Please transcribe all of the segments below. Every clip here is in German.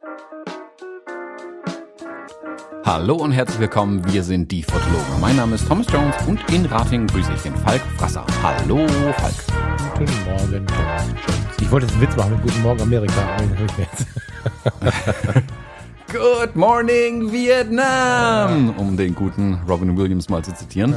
Hallo und herzlich willkommen, wir sind die Fotologen. Mein Name ist Thomas Jones und in Ratingen grüße ich den Falk Frasser. Hallo Falk. Guten Morgen, Thomas Jones. Ich wollte jetzt einen Witz machen mit Guten Morgen Amerika, aber den höre ich mir jetzt. Good morning Vietnam, um den guten Robin Williams mal zu zitieren.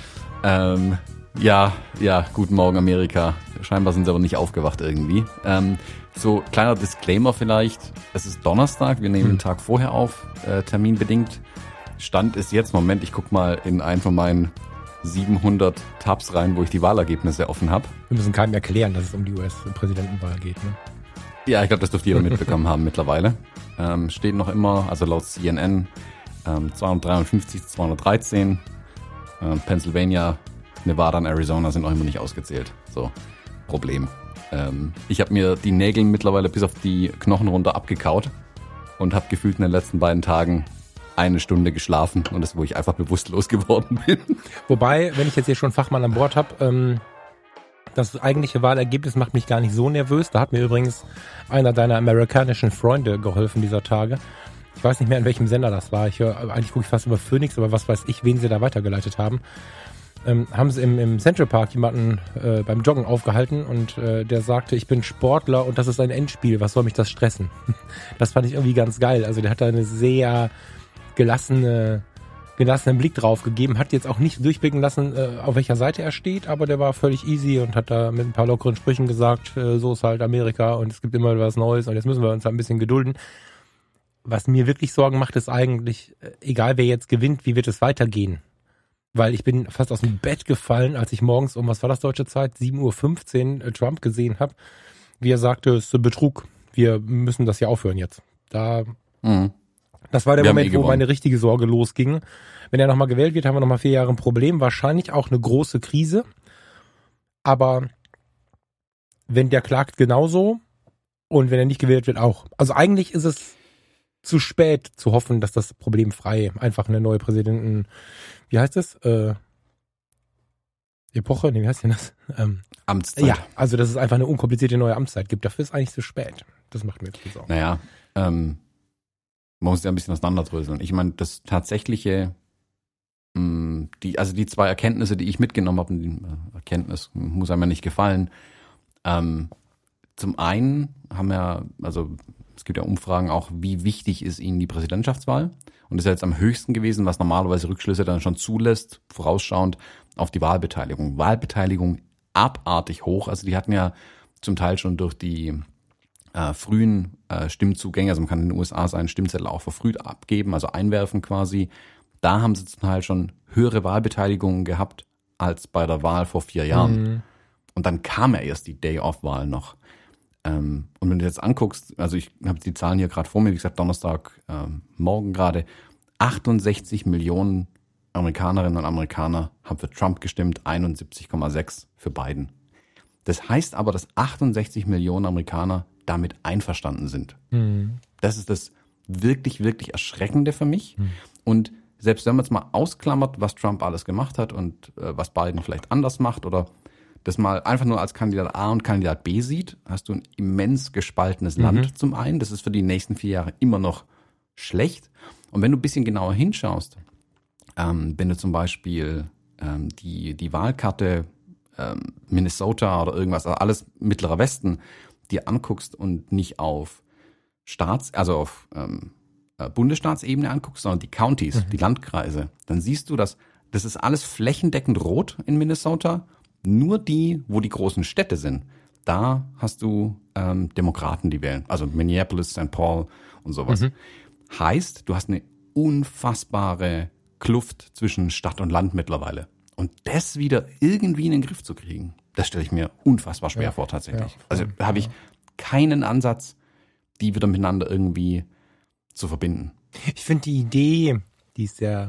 Ja, guten Morgen Amerika. Scheinbar sind sie aber nicht aufgewacht irgendwie. So, kleiner Disclaimer vielleicht. Es ist Donnerstag, wir nehmen den Tag vorher auf, terminbedingt. Stand ist jetzt, Moment, ich guck mal in einen von meinen 700 Tabs rein, wo ich die Wahlergebnisse offen habe. Wir müssen keinem erklären, dass es um die US-Präsidentenwahl geht, ne? Ja, ich glaube, das dürfte jeder mitbekommen haben mittlerweile. Steht noch immer, also laut CNN, 253 zu 213. Pennsylvania, Nevada und Arizona sind noch immer nicht ausgezählt. So, Problem. Ich habe mir die Nägel mittlerweile bis auf die Knochen runter abgekaut und habe gefühlt in den letzten beiden Tagen 1 Stunde geschlafen und das, wo ich einfach bewusstlos geworden bin. Wobei, wenn ich jetzt hier schon Fachmann an Bord habe, das eigentliche Wahlergebnis macht mich gar nicht so nervös. Da hat mir übrigens einer deiner amerikanischen Freunde geholfen dieser Tage. Ich weiß nicht mehr, in welchem Sender das war. Eigentlich gucke ich fast über Phoenix, aber was weiß ich, wen sie da weitergeleitet haben. Haben sie im Central Park jemanden beim Joggen aufgehalten und der sagte, ich bin Sportler und das ist ein Endspiel, was soll mich das stressen? Das fand ich irgendwie ganz geil. Also der hat da eine sehr gelassenen Blick drauf gegeben, hat jetzt auch nicht durchblicken lassen, auf welcher Seite er steht, aber der war völlig easy und hat da mit ein paar lockeren Sprüchen gesagt, so ist halt Amerika und es gibt immer was Neues und jetzt müssen wir uns ein bisschen gedulden. Was mir wirklich Sorgen macht, ist eigentlich, egal wer jetzt gewinnt, wie wird es weitergehen? Weil ich bin fast aus dem Bett gefallen, als ich morgens was war das deutsche Zeit, 7:15 Uhr Trump gesehen habe, wie er sagte, es ist Betrug, wir müssen das ja aufhören jetzt. Das war der Moment, wo meine richtige Sorge losging. Wenn er nochmal gewählt wird, haben wir nochmal 4 Jahre ein Problem, wahrscheinlich auch eine große Krise, aber wenn der klagt genauso und wenn er nicht gewählt wird auch. Also eigentlich ist es zu spät zu hoffen, dass das problemfrei einfach eine neue wie heißt das? Epoche? Nee, wie heißt denn das? Amtszeit. Ja, also dass es einfach eine unkomplizierte neue Amtszeit gibt. Dafür ist eigentlich zu spät. Das macht mir jetzt viel Sorgen. Naja, man muss ja ein bisschen auseinanderdröseln. Ich meine, das tatsächliche, die 2 Erkenntnisse, die ich mitgenommen habe, die Erkenntnis muss einem ja nicht gefallen. Zum einen es gibt ja Umfragen auch, wie wichtig ist ihnen die Präsidentschaftswahl. Und das ist ja jetzt am höchsten gewesen, was normalerweise Rückschlüsse dann schon zulässt, vorausschauend auf die Wahlbeteiligung. Wahlbeteiligung abartig hoch. Also die hatten ja zum Teil schon durch die frühen Stimmzugänge, also man kann in den USA seinen Stimmzettel auch verfrüht abgeben, also einwerfen quasi. Da haben sie zum Teil schon höhere Wahlbeteiligungen gehabt als bei der Wahl vor 4 Jahren. Und dann kam ja erst die Day-of-Wahl noch. Und wenn du jetzt anguckst, also ich habe die Zahlen hier gerade vor mir, wie gesagt, Donnerstag, morgen gerade, 68 Millionen Amerikanerinnen und Amerikaner haben für Trump gestimmt, 71,6 für Biden. Das heißt aber, dass 68 Millionen Amerikaner damit einverstanden sind. Das ist das wirklich, wirklich Erschreckende für mich. Und selbst wenn man jetzt mal ausklammert, was Trump alles gemacht hat und was Biden vielleicht anders macht oder das mal einfach nur als Kandidat A und Kandidat B sieht, hast du ein immens gespaltenes Land zum einen. Das ist für die nächsten 4 Jahre immer noch schlecht. Und wenn du ein bisschen genauer hinschaust, wenn du zum Beispiel die Wahlkarte Minnesota oder irgendwas, also alles Mittlerer Westen, dir anguckst und nicht auf Bundesstaatsebene anguckst, sondern die Counties, die Landkreise, dann siehst du, dass das ist alles flächendeckend rot in Minnesota. Nur die, wo die großen Städte sind, da hast du Demokraten, die wählen. Also Minneapolis, St. Paul und sowas. Heißt, du hast eine unfassbare Kluft zwischen Stadt und Land mittlerweile. Und das wieder irgendwie in den Griff zu kriegen, das stelle ich mir unfassbar schwer vor tatsächlich. Ja, also da habe ich keinen Ansatz, die wieder miteinander irgendwie zu verbinden. Ich finde die Idee, die ist sehr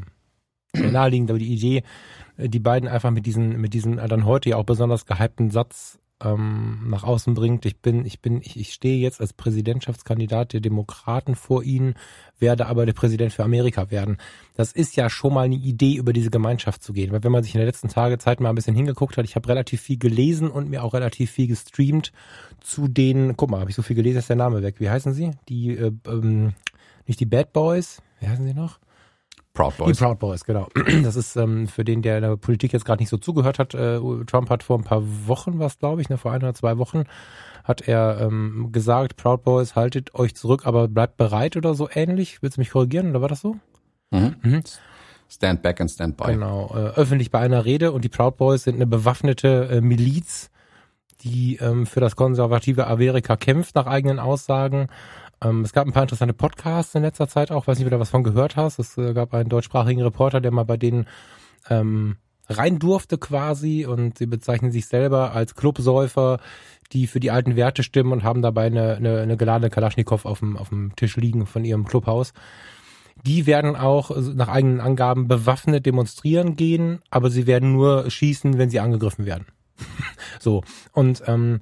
naheliegend, aber die Idee, die beiden einfach mit diesen dann heute ja auch besonders gehypten Satz nach außen bringt, ich stehe jetzt als Präsidentschaftskandidat der Demokraten vor Ihnen, werde aber der Präsident für Amerika werden. Das ist ja schon mal eine Idee, über diese Gemeinschaft zu gehen. Weil wenn man sich in der letzten Zeit mal ein bisschen hingeguckt hat, ich habe relativ viel gelesen und mir auch relativ viel gestreamt zu den, guck mal, habe ich so viel gelesen, ist der Name weg. Wie heißen sie? Die, nicht die Bad Boys, wie heißen sie noch? Proud Boys. Die Proud Boys, genau. Das ist für den, der in der Politik jetzt gerade nicht so zugehört hat. Trump hat vor ein paar Wochen, glaube ich, vor 1 oder 2 Wochen, hat er gesagt, Proud Boys, haltet euch zurück, aber bleibt bereit oder so ähnlich. Willst du mich korrigieren oder war das so? Mhm. Stand back and stand by. Genau, öffentlich bei einer Rede und die Proud Boys sind eine bewaffnete Miliz, die für das konservative Amerika kämpft, nach eigenen Aussagen. Es gab ein paar interessante Podcasts in letzter Zeit auch, weiß nicht, ob du da was von gehört hast. Es gab einen deutschsprachigen Reporter, der mal bei denen rein durfte quasi und sie bezeichnen sich selber als Clubsäufer, die für die alten Werte stimmen und haben dabei eine geladene Kalaschnikow auf dem Tisch liegen von ihrem Clubhaus. Die werden auch nach eigenen Angaben bewaffnet demonstrieren gehen, aber sie werden nur schießen, wenn sie angegriffen werden. So, und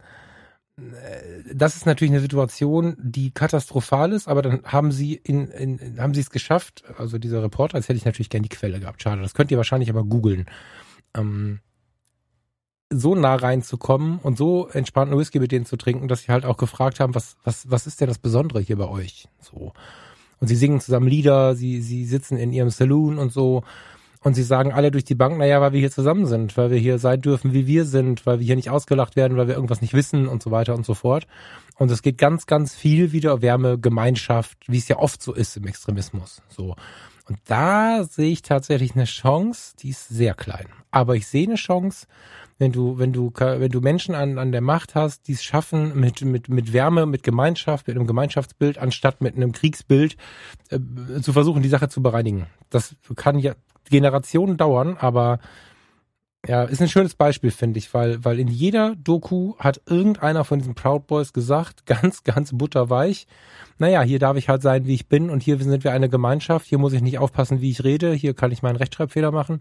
das ist natürlich eine Situation, die katastrophal ist, aber dann haben sie haben sie es geschafft, also dieser Reporter, jetzt hätte ich natürlich gerne die Quelle gehabt, schade, das könnt ihr wahrscheinlich aber googeln, so nah reinzukommen und so entspannten Whisky mit denen zu trinken, dass sie halt auch gefragt haben, was ist denn das Besondere hier bei euch? So. Und sie singen zusammen Lieder, sie sitzen in ihrem Saloon und so. Und sie sagen alle durch die Bank, naja, weil wir hier zusammen sind, weil wir hier sein dürfen, wie wir sind, weil wir hier nicht ausgelacht werden, weil wir irgendwas nicht wissen und so weiter und so fort. Und es geht ganz, ganz viel wieder Wärme, Gemeinschaft, wie es ja oft so ist im Extremismus. So. Und da sehe ich tatsächlich eine Chance, die ist sehr klein. Aber ich sehe eine Chance, wenn du Menschen an der Macht hast, die es schaffen, mit Wärme, mit Gemeinschaft, mit einem Gemeinschaftsbild, anstatt mit einem Kriegsbild, zu versuchen, die Sache zu bereinigen. Das kann ja Generationen dauern, aber ja, ist ein schönes Beispiel, finde ich, weil in jeder Doku hat irgendeiner von diesen Proud Boys gesagt, ganz, ganz butterweich, naja, hier darf ich halt sein, wie ich bin und hier sind wir eine Gemeinschaft, hier muss ich nicht aufpassen, wie ich rede, hier kann ich meinen Rechtschreibfehler machen.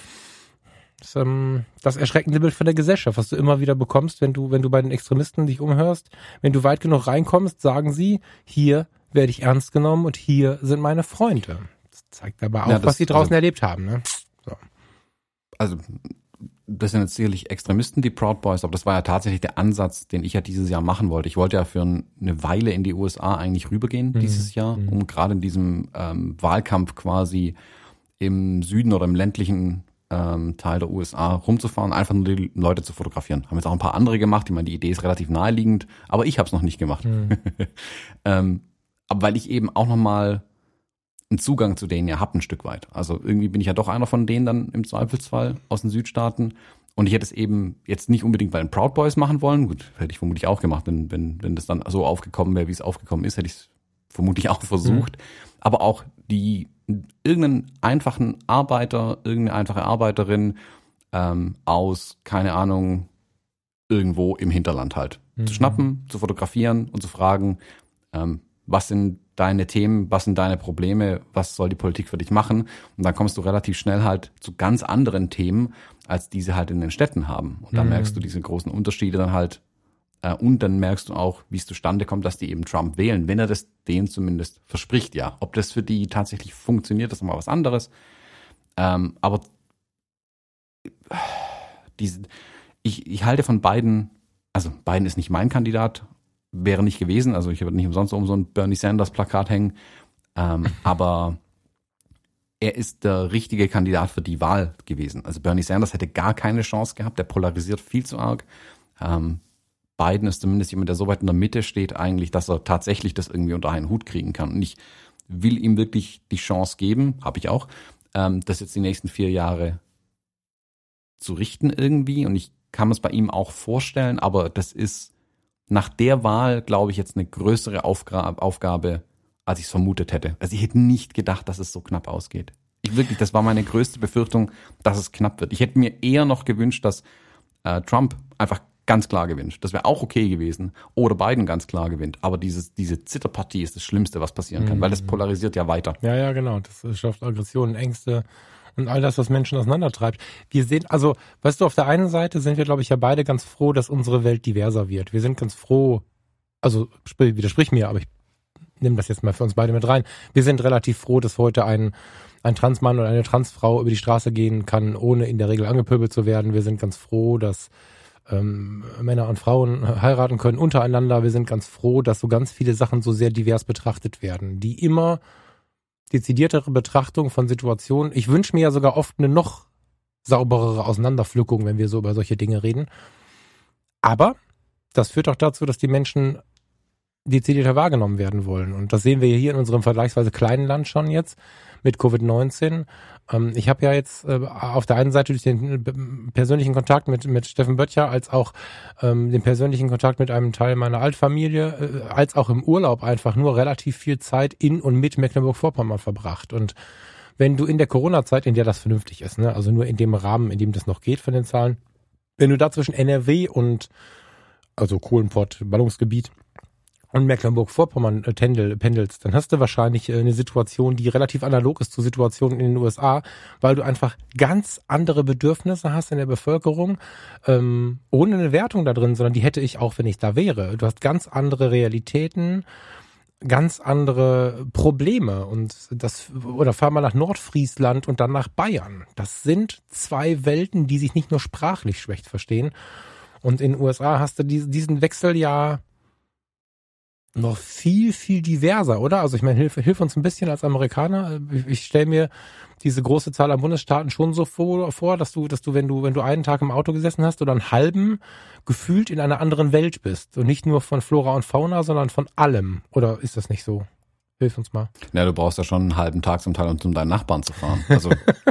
Das erschreckende Bild von der Gesellschaft, was du immer wieder bekommst, wenn du bei den Extremisten dich umhörst, wenn du weit genug reinkommst, sagen sie, hier werde ich ernst genommen und hier sind meine Freunde. Das zeigt aber auch, was sie draußen erlebt haben. Ne? So. Also das sind jetzt sicherlich Extremisten, die Proud Boys, aber das war ja tatsächlich der Ansatz, den ich ja dieses Jahr machen wollte. Ich wollte ja für eine Weile in die USA eigentlich rübergehen dieses Jahr, um gerade in diesem Wahlkampf quasi im Süden oder im ländlichen Teil der USA rumzufahren, einfach nur die Leute zu fotografieren. Haben jetzt auch ein paar andere gemacht. Ich meine, die Idee ist relativ naheliegend, aber ich habe es noch nicht gemacht. Aber weil ich eben auch nochmal einen Zugang zu denen ja habe, ein Stück weit. Also irgendwie bin ich ja doch einer von denen dann im Zweifelsfall aus den Südstaaten. Und ich hätte es eben jetzt nicht unbedingt bei den Proud Boys machen wollen. Gut, hätte ich vermutlich auch gemacht, wenn das dann so aufgekommen wäre, wie es aufgekommen ist, hätte ich es vermutlich auch versucht. Aber auch irgendeinen einfachen Arbeiter, irgendeine einfache Arbeiterin aus, keine Ahnung, irgendwo im Hinterland halt zu schnappen, zu fotografieren und zu fragen, was sind deine Themen, was sind deine Probleme, was soll die Politik für dich machen? Und dann kommst du relativ schnell halt zu ganz anderen Themen, als diese halt in den Städten haben. Und dann merkst du diese großen Unterschiede dann halt. Und dann merkst du auch, wie es zustande kommt, dass die eben Trump wählen, wenn er das denen zumindest verspricht, ja. Ob das für die tatsächlich funktioniert, das ist mal was anderes. Aber ich halte von Biden, also Biden ist nicht mein Kandidat, wäre nicht gewesen, also ich würde nicht umsonst um so ein Bernie Sanders Plakat hängen, aber er ist der richtige Kandidat für die Wahl gewesen. Also Bernie Sanders hätte gar keine Chance gehabt, der polarisiert viel zu arg. Biden ist zumindest jemand, der so weit in der Mitte steht eigentlich, dass er tatsächlich das irgendwie unter einen Hut kriegen kann. Und ich will ihm wirklich die Chance geben, habe ich auch, das jetzt die nächsten 4 Jahre zu richten irgendwie. Und ich kann es bei ihm auch vorstellen, aber das ist nach der Wahl, glaube ich, jetzt eine größere Aufgabe, als ich es vermutet hätte. Also ich hätte nicht gedacht, dass es so knapp ausgeht. Das war meine größte Befürchtung, dass es knapp wird. Ich hätte mir eher noch gewünscht, dass Trump einfach ganz klar gewinnt. Das wäre auch okay gewesen. Oder Biden ganz klar gewinnt. Aber diese Zitterpartie ist das Schlimmste, was passieren kann, weil das polarisiert ja weiter. Ja, genau. Das schafft Aggressionen, Ängste und all das, was Menschen auseinandertreibt. Wir sehen, also, weißt du, auf der einen Seite sind wir, glaube ich, ja beide ganz froh, dass unsere Welt diverser wird. Wir sind ganz froh, also widersprich mir, aber ich nehme das jetzt mal für uns beide mit rein. Wir sind relativ froh, dass heute ein Transmann oder eine Transfrau über die Straße gehen kann, ohne in der Regel angepöbelt zu werden. Wir sind ganz froh, dass Männer und Frauen heiraten können untereinander. Wir sind ganz froh, dass so ganz viele Sachen so sehr divers betrachtet werden. Die immer dezidiertere Betrachtung von Situationen. Ich wünsche mir ja sogar oft eine noch sauberere Auseinanderpflückung, wenn wir so über solche Dinge reden. Aber das führt auch dazu, dass die Menschen dezidierter wahrgenommen werden wollen. Und das sehen wir hier in unserem vergleichsweise kleinen Land schon jetzt mit Covid-19. Ich habe ja jetzt auf der einen Seite durch den persönlichen Kontakt mit Steffen Böttcher als auch den persönlichen Kontakt mit einem Teil meiner Altfamilie, als auch im Urlaub einfach nur relativ viel Zeit in und mit Mecklenburg-Vorpommern verbracht. Und wenn du in der Corona-Zeit, in der das vernünftig ist, ne, also nur in dem Rahmen, in dem das noch geht von den Zahlen, wenn du da zwischen NRW und also Kohlenpott, Ballungsgebiet und Mecklenburg-Vorpommern pendelst, dann hast du wahrscheinlich eine Situation, die relativ analog ist zu Situationen in den USA, weil du einfach ganz andere Bedürfnisse hast in der Bevölkerung, ohne eine Wertung da drin, sondern die hätte ich auch, wenn ich da wäre. Du hast ganz andere Realitäten, ganz andere Probleme oder fahr mal nach Nordfriesland und dann nach Bayern. Das sind zwei Welten, die sich nicht nur sprachlich schlecht verstehen. Und in den USA hast du diesen Wechsel ja noch viel, viel diverser, oder? Also ich meine, hilf uns ein bisschen als Amerikaner. Ich stelle mir diese große Zahl an Bundesstaaten schon so vor, dass du, wenn du einen Tag im Auto gesessen hast oder einen halben, gefühlt in einer anderen Welt bist. Und nicht nur von Flora und Fauna, sondern von allem. Oder ist das nicht so? Hilf uns mal. Ja, du brauchst ja schon einen halben Tag zum Teil, um deinen Nachbarn zu fahren. Also,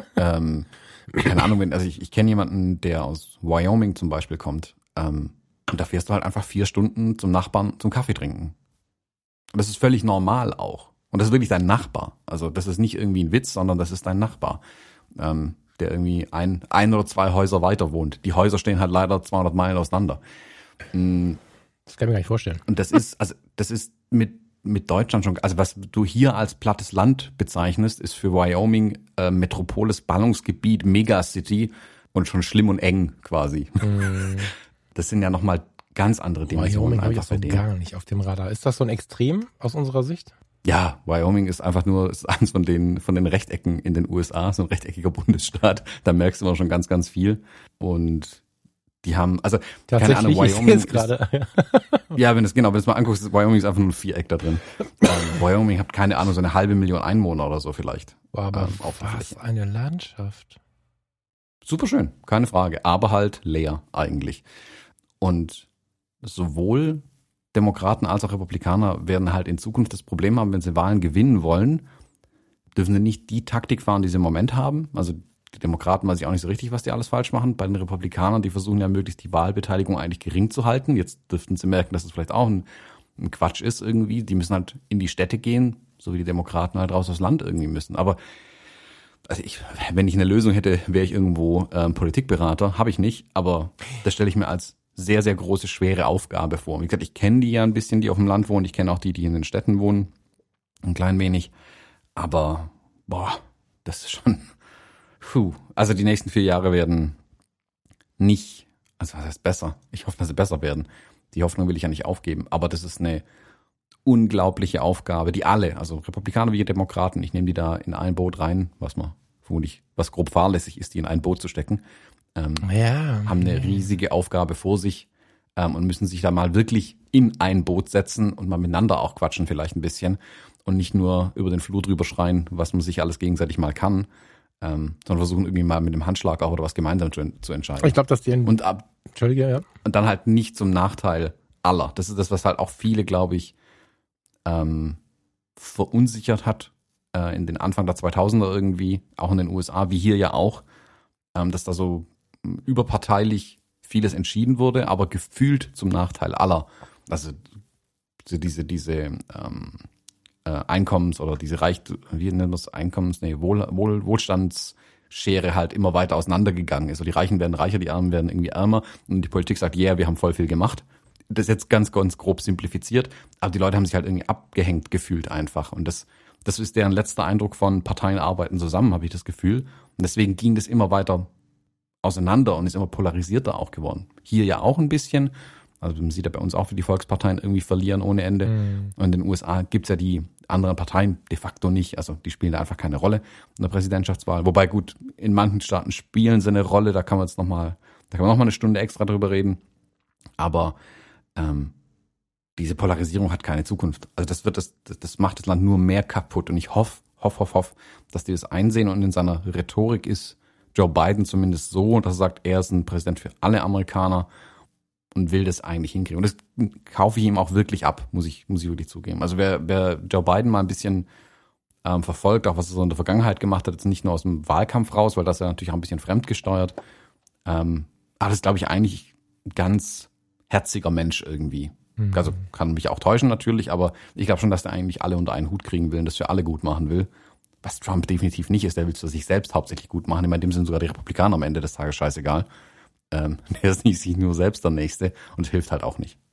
keine Ahnung, ich kenne jemanden, der aus Wyoming zum Beispiel kommt. Und da fährst du halt einfach 4 Stunden zum Nachbarn zum Kaffee trinken. Und das ist völlig normal auch. Und das ist wirklich dein Nachbar. Also das ist nicht irgendwie ein Witz, sondern das ist dein Nachbar, der irgendwie ein oder 2 Häuser weiter wohnt. Die Häuser stehen halt leider 200 Meilen auseinander. Das kann ich mir gar nicht vorstellen. Und das ist mit Deutschland schon, also was du hier als plattes Land bezeichnest, ist für Wyoming Metropoles, Ballungsgebiet, Megacity und schon schlimm und eng quasi. Das sind ja nochmal ganz andere Dimensionen. Wyoming habe ich auch so gar nicht auf dem Radar. Ist das so ein Extrem aus unserer Sicht? Ja, Wyoming ist einfach nur ist eines von den Rechtecken in den USA, so ein rechteckiger Bundesstaat. Da merkst du immer schon ganz, ganz viel. Und die haben, also keine Ahnung, Wyoming ist gerade. Ja, wenn du es mal anguckst, Wyoming ist einfach nur ein Viereck da drin. Wyoming hat keine Ahnung, so 500.000 Einwohner oder so vielleicht. Aber was eine Landschaft. Super schön, keine Frage, aber halt leer eigentlich. Und sowohl Demokraten als auch Republikaner werden halt in Zukunft das Problem haben, wenn sie Wahlen gewinnen wollen, dürfen sie nicht die Taktik fahren, die sie im Moment haben. Also die Demokraten weiß ich auch nicht so richtig, was die alles falsch machen. Bei den Republikanern, die versuchen ja möglichst die Wahlbeteiligung eigentlich gering zu halten. Jetzt dürften sie merken, dass es vielleicht auch ein Quatsch ist irgendwie. Die müssen halt in die Städte gehen, so wie die Demokraten halt raus aufs Land irgendwie müssen. Aber also wenn ich eine Lösung hätte, wäre ich irgendwo Politikberater. Habe ich nicht, aber das stelle ich mir als sehr, sehr große, schwere Aufgabe vor. Wie gesagt, ich kenne die ja ein bisschen, die auf dem Land wohnen. Ich kenne auch die in den Städten wohnen. Ein klein wenig. Aber, das ist schon, Also die nächsten 4 Jahre werden nicht, also was heißt besser? Ich hoffe, dass sie besser werden. Die Hoffnung will ich ja nicht aufgeben. Aber das ist eine unglaubliche Aufgabe, die alle, also Republikaner wie Demokraten, ich nehme die da in ein Boot rein, was grob fahrlässig ist, die in ein Boot zu stecken. Haben eine riesige Aufgabe vor sich und müssen sich da mal wirklich in ein Boot setzen und mal miteinander auch quatschen vielleicht ein bisschen und nicht nur über den Flur drüber schreien, was man sich alles gegenseitig mal kann, sondern versuchen irgendwie mal mit dem Handschlag auch oder was gemeinsam zu entscheiden. Ich glaube, dass die Entschuldige, ja. Und dann halt nicht zum Nachteil aller. Das ist das, was halt auch viele, glaube ich, verunsichert hat in den Anfang der 2000er irgendwie, auch in den USA, wie hier ja auch, dass da so überparteilich vieles entschieden wurde, aber gefühlt zum Nachteil aller. Also diese Einkommens- oder diese wie nennt man das, Wohlstandsschere halt immer weiter auseinandergegangen ist. Also die Reichen werden reicher, die Armen werden irgendwie ärmer und die Politik sagt, wir haben voll viel gemacht. das ist jetzt ganz, ganz grob simplifiziert, aber die Leute haben sich halt irgendwie abgehängt gefühlt einfach. Und das ist deren letzter Eindruck von Parteien arbeiten zusammen, habe ich das Gefühl. Und deswegen ging das immer weiter auseinander und ist immer polarisierter auch geworden. Hier ja auch ein bisschen. Also man sieht ja bei uns auch, wie die Volksparteien irgendwie verlieren ohne Ende. Und in den USA gibt's ja die anderen Parteien de facto nicht. Also die spielen da einfach keine Rolle in der Präsidentschaftswahl. Wobei gut, in manchen Staaten spielen sie eine Rolle. Da kann man noch mal eine Stunde extra drüber reden. Aber diese Polarisierung hat keine Zukunft. Also das macht das Land nur mehr kaputt. Und ich hoffe, dass die das einsehen. Und in seiner Rhetorik ist Joe Biden zumindest so, dass er sagt, er ist ein Präsident für alle Amerikaner und will das eigentlich hinkriegen. Und das kaufe ich ihm auch wirklich ab, muss ich wirklich zugeben. Also wer Joe Biden mal ein bisschen verfolgt, auch was er so in der Vergangenheit gemacht hat, jetzt nicht nur aus dem Wahlkampf raus, weil das ja natürlich auch ein bisschen fremdgesteuert, aber das ist, glaube ich, eigentlich ein ganz herziger Mensch irgendwie. Also kann mich auch täuschen natürlich, aber ich glaube schon, dass der eigentlich alle unter einen Hut kriegen will und das für alle gut machen will. Was Trump definitiv nicht ist, der will es für sich selbst hauptsächlich gut machen. In dem sind sogar die Republikaner am Ende des Tages scheißegal. Der ist nicht sich nur selbst der Nächste und hilft halt auch nicht.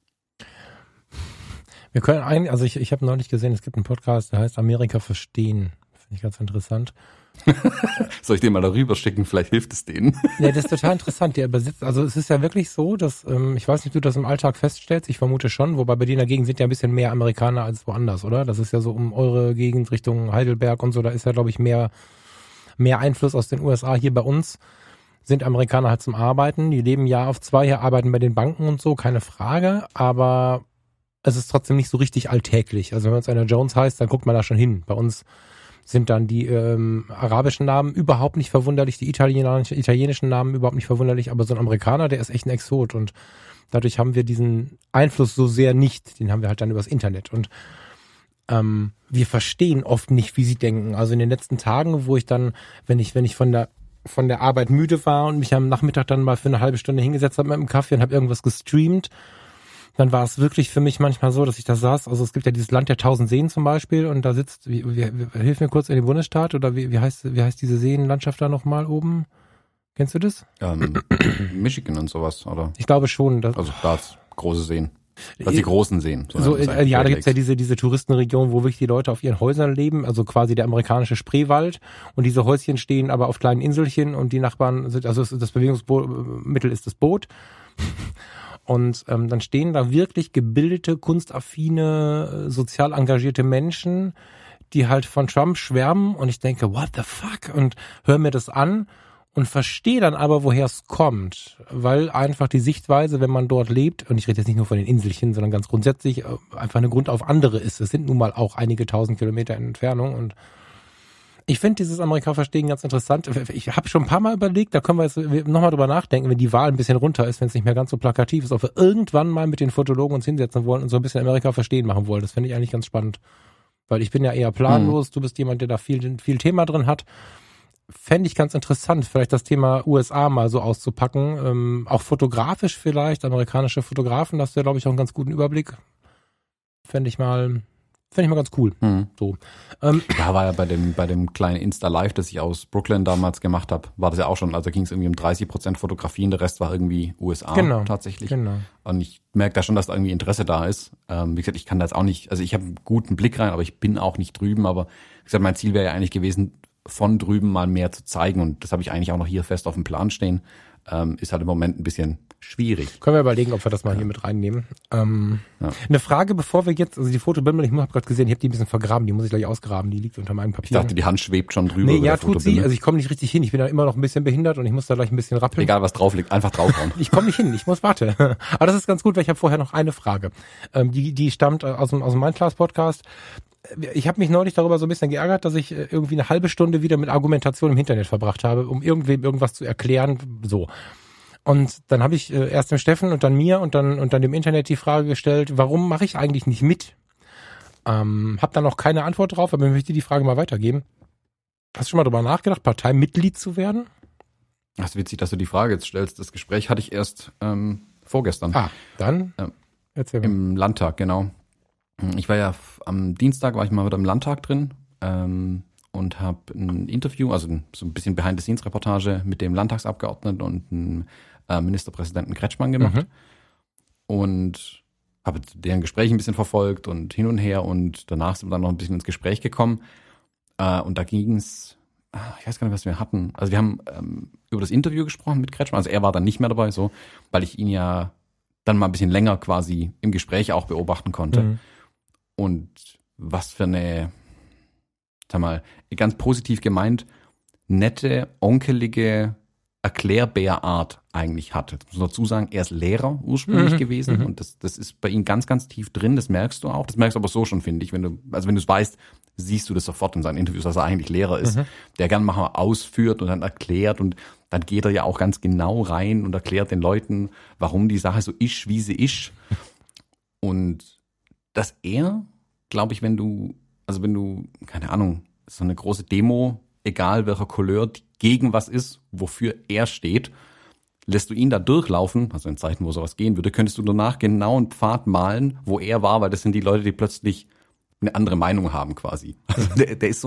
Wir können eigentlich, also ich habe neulich gesehen, es gibt einen Podcast, der heißt Amerika verstehen. Finde ich ganz interessant. Soll ich den mal darüber schicken? Vielleicht hilft es denen. Ja, das ist total interessant. Der übersetzt, also es ist ja wirklich so, dass, ich weiß nicht, ob du das im Alltag feststellst, ich vermute schon, wobei bei dir in der Gegend sind ja ein bisschen mehr Amerikaner als woanders, oder? Das ist ja so um eure Gegend Richtung Heidelberg und so, da ist ja, glaube ich, mehr Einfluss aus den USA. Hier bei uns sind Amerikaner halt zum Arbeiten, die leben Jahr auf 2, hier arbeiten bei den Banken und so, keine Frage, aber es ist trotzdem nicht so richtig alltäglich. Also wenn man jetzt einer Jones heißt, dann guckt man da schon hin. Bei uns sind dann die arabischen Namen überhaupt nicht verwunderlich, die italienischen Namen überhaupt nicht verwunderlich, aber so ein Amerikaner, der ist echt ein Exot und dadurch haben wir diesen Einfluss so sehr nicht, den haben wir halt dann übers Internet und wir verstehen oft nicht, wie sie denken. Also in den letzten Tagen, wo ich dann, wenn ich von der Arbeit müde war und mich am Nachmittag dann mal für eine halbe Stunde hingesetzt habe mit dem Kaffee und habe irgendwas gestreamt, dann war es wirklich für mich manchmal so, dass ich da saß. Also es gibt ja dieses Land der 1000 Seen zum Beispiel und da sitzt, hilf mir kurz in den Bundesstaat oder wie heißt diese Seenlandschaft da nochmal oben? Kennst du das? Michigan und sowas, oder? Ich glaube schon. Also da ist große Seen. Also die großen Seen. So, ja, da gibt's ja diese Touristenregion, wo wirklich die Leute auf ihren Häusern leben, also quasi der amerikanische Spreewald und diese Häuschen stehen aber auf kleinen Inselchen und die Nachbarn sind, also das Bewegungsmittel ist das Boot. Und dann stehen da wirklich gebildete, kunstaffine, sozial engagierte Menschen, die halt von Trump schwärmen und ich denke, what the fuck? Und höre mir das an und verstehe dann aber, woher es kommt. Weil einfach die Sichtweise, wenn man dort lebt, und ich rede jetzt nicht nur von den Inselchen, sondern ganz grundsätzlich einfach eine Grund auf andere ist. Es sind nun mal auch einige 1000 Kilometer in Entfernung und ich finde dieses Amerika-Verstehen ganz interessant. Ich habe schon ein paar Mal überlegt, da können wir jetzt nochmal drüber nachdenken, wenn die Wahl ein bisschen runter ist, wenn es nicht mehr ganz so plakativ ist, ob wir irgendwann mal mit den Fotologen uns hinsetzen wollen und so ein bisschen Amerika-Verstehen machen wollen. Das finde ich eigentlich ganz spannend. Weil ich bin ja eher planlos, du bist jemand, der da viel Thema drin hat. Fände ich ganz interessant, vielleicht das Thema USA mal so auszupacken. Auch fotografisch vielleicht, amerikanische Fotografen, das wäre, glaube ich, auch einen ganz guten Überblick. Fände ich mal ganz cool. So. Ja, war ja bei dem kleinen Insta-Live, das ich aus Brooklyn damals gemacht habe, war das ja auch schon, also ging es irgendwie um 30% Fotografien, der Rest war irgendwie USA tatsächlich. Genau. Und ich merke da schon, dass da irgendwie Interesse da ist. Wie gesagt, ich kann da jetzt auch nicht, also ich habe einen guten Blick rein, aber ich bin auch nicht drüben, aber wie gesagt, mein Ziel wäre ja eigentlich gewesen, von drüben mal mehr zu zeigen und das habe ich eigentlich auch noch hier fest auf dem Plan stehen. Ist halt im Moment ein bisschen schwierig. Können wir überlegen, ob wir das mal hier mit reinnehmen. Eine Frage, bevor wir jetzt, also die Fotobimmel, ich habe gerade gesehen, ich habe die ein bisschen vergraben, die muss ich gleich ausgraben, die liegt unter meinem Papier. Ich dachte, die Hand schwebt schon drüber. Nee, ja, tut sie, also ich komme nicht richtig hin, ich bin da immer noch ein bisschen behindert und ich muss da gleich ein bisschen rappeln. Egal, was drauf liegt, einfach draufhauen. Ich komme nicht hin, ich muss warten. Aber das ist ganz gut, weil ich habe vorher noch eine Frage. Die stammt aus dem Mindclass-Podcast. Ich habe mich neulich darüber so ein bisschen geärgert, dass ich irgendwie eine halbe Stunde wieder mit Argumentation im Internet verbracht habe, um irgendwem irgendwas zu erklären, so. Und dann habe ich erst dem Steffen und dann mir und dann dem Internet die Frage gestellt, warum mache ich eigentlich nicht mit? Hab dann noch keine Antwort drauf, aber ich möchte die Frage mal weitergeben. Hast du schon mal drüber nachgedacht, Parteimitglied zu werden? Das ist witzig, dass du die Frage jetzt stellst. Das Gespräch hatte ich erst vorgestern. Dann erzähl mal. Im Landtag, genau. Ich war ja am Dienstag, war ich mal wieder im Landtag drin und habe ein Interview, also so ein bisschen Behind-the-Scenes-Reportage mit dem Landtagsabgeordneten und dem Ministerpräsidenten Kretschmann gemacht. Und habe deren Gespräche ein bisschen verfolgt und hin und her und danach sind wir dann noch ein bisschen ins Gespräch gekommen. Und da ging's, ich weiß gar nicht, was wir hatten. Also wir haben über das Interview gesprochen mit Kretschmann. Also er war dann nicht mehr dabei, so, weil ich ihn ja dann mal ein bisschen länger quasi im Gespräch auch beobachten konnte. Mhm. Und was für eine, sag mal, ganz positiv gemeint, nette, onkelige Erklärbärart eigentlich hat. Jetzt muss man dazu sagen, er ist Lehrer ursprünglich gewesen und das ist bei ihm ganz, ganz tief drin, das merkst du auch. Das merkst du aber so schon, finde ich. Wenn du es weißt, siehst du das sofort in seinen Interviews, dass er eigentlich Lehrer ist, der gern mal ausführt und dann erklärt und dann geht er ja auch ganz genau rein und erklärt den Leuten, warum die Sache so ist, wie sie ist. Und dass er, glaube ich, wenn du, keine Ahnung, so eine große Demo, egal welcher Couleur, die gegen was ist, wofür er steht, lässt du ihn da durchlaufen, also in Zeiten, wo sowas gehen würde, könntest du danach genau einen Pfad malen, wo er war, weil das sind die Leute, die plötzlich eine andere Meinung haben quasi. Also der ist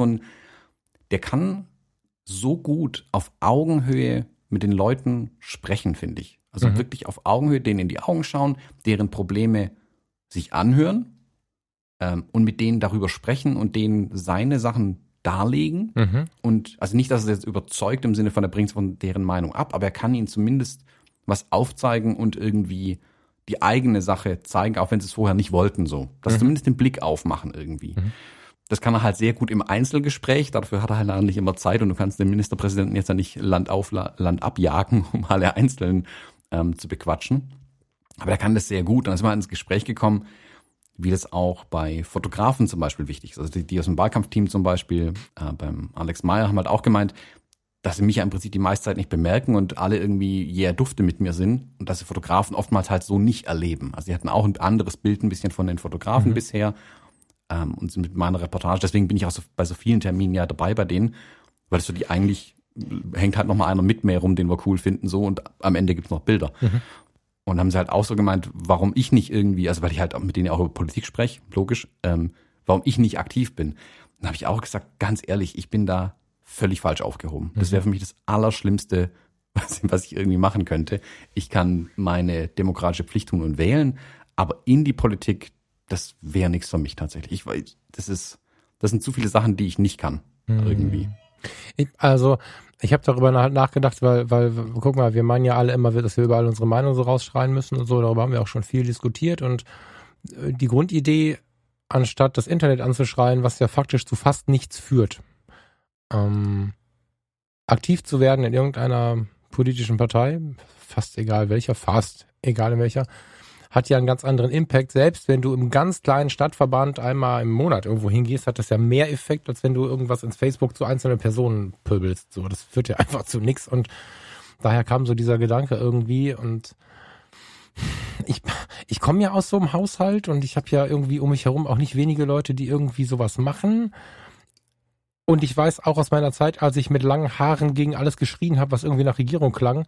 der kann so gut auf Augenhöhe mit den Leuten sprechen, finde ich. Also wirklich auf Augenhöhe denen in die Augen schauen, deren Probleme sich anhören und mit denen darüber sprechen und denen seine Sachen darlegen. Und also nicht, dass er jetzt überzeugt im Sinne von, er bringt von deren Meinung ab, aber er kann ihnen zumindest was aufzeigen und irgendwie die eigene Sache zeigen, auch wenn sie es vorher nicht wollten, so. Dass sie zumindest den Blick aufmachen irgendwie. Das kann er halt sehr gut im Einzelgespräch, dafür hat er halt nicht immer Zeit und du kannst den Ministerpräsidenten jetzt ja nicht Land auf, Land abjagen, um alle einzeln zu bequatschen. Aber er kann das sehr gut. Und dann sind wir ins Gespräch gekommen, wie das auch bei Fotografen zum Beispiel wichtig ist. Also die aus dem Wahlkampfteam zum Beispiel, beim Alex Meyer haben halt auch gemeint, dass sie mich ja im Prinzip die meiste Zeit nicht bemerken und alle irgendwie jäher Dufte mit mir sind und dass sie Fotografen oftmals halt so nicht erleben. Also sie hatten auch ein anderes Bild ein bisschen von den Fotografen bisher und sind mit meiner Reportage, deswegen bin ich auch so, bei so vielen Terminen ja dabei bei denen, weil es so die eigentlich, hängt halt nochmal einer mit mir rum, den wir cool finden so und am Ende gibt's noch Bilder. Und haben sie halt auch so gemeint, warum ich nicht irgendwie, also weil ich halt mit denen auch über Politik spreche, logisch, warum ich nicht aktiv bin. Dann habe ich auch gesagt, ganz ehrlich, ich bin da völlig falsch aufgehoben. Das wäre für mich das Allerschlimmste, was ich irgendwie machen könnte. Ich kann meine demokratische Pflicht tun und wählen, aber in die Politik, das wäre nichts für mich tatsächlich. Ich weiß, das sind zu viele Sachen, die ich nicht kann, irgendwie. Ich habe darüber nachgedacht, weil, guck mal, wir meinen ja alle immer, dass wir überall unsere Meinung so rausschreien müssen und so. Darüber haben wir auch schon viel diskutiert. Und die Grundidee, anstatt das Internet anzuschreien, was ja faktisch zu fast nichts führt, aktiv zu werden in irgendeiner politischen Partei, fast egal in welcher, hat ja einen ganz anderen Impact. Selbst wenn du im ganz kleinen Stadtverband einmal im Monat irgendwo hingehst, hat das ja mehr Effekt, als wenn du irgendwas ins Facebook zu einzelnen Personen pöbelst. So, das führt ja einfach zu nichts und daher kam so dieser Gedanke irgendwie und ich komme ja aus so einem Haushalt und ich habe ja irgendwie um mich herum auch nicht wenige Leute, die irgendwie sowas machen. Und ich weiß auch aus meiner Zeit, als ich mit langen Haaren gegen alles geschrien habe, was irgendwie nach Regierung klang,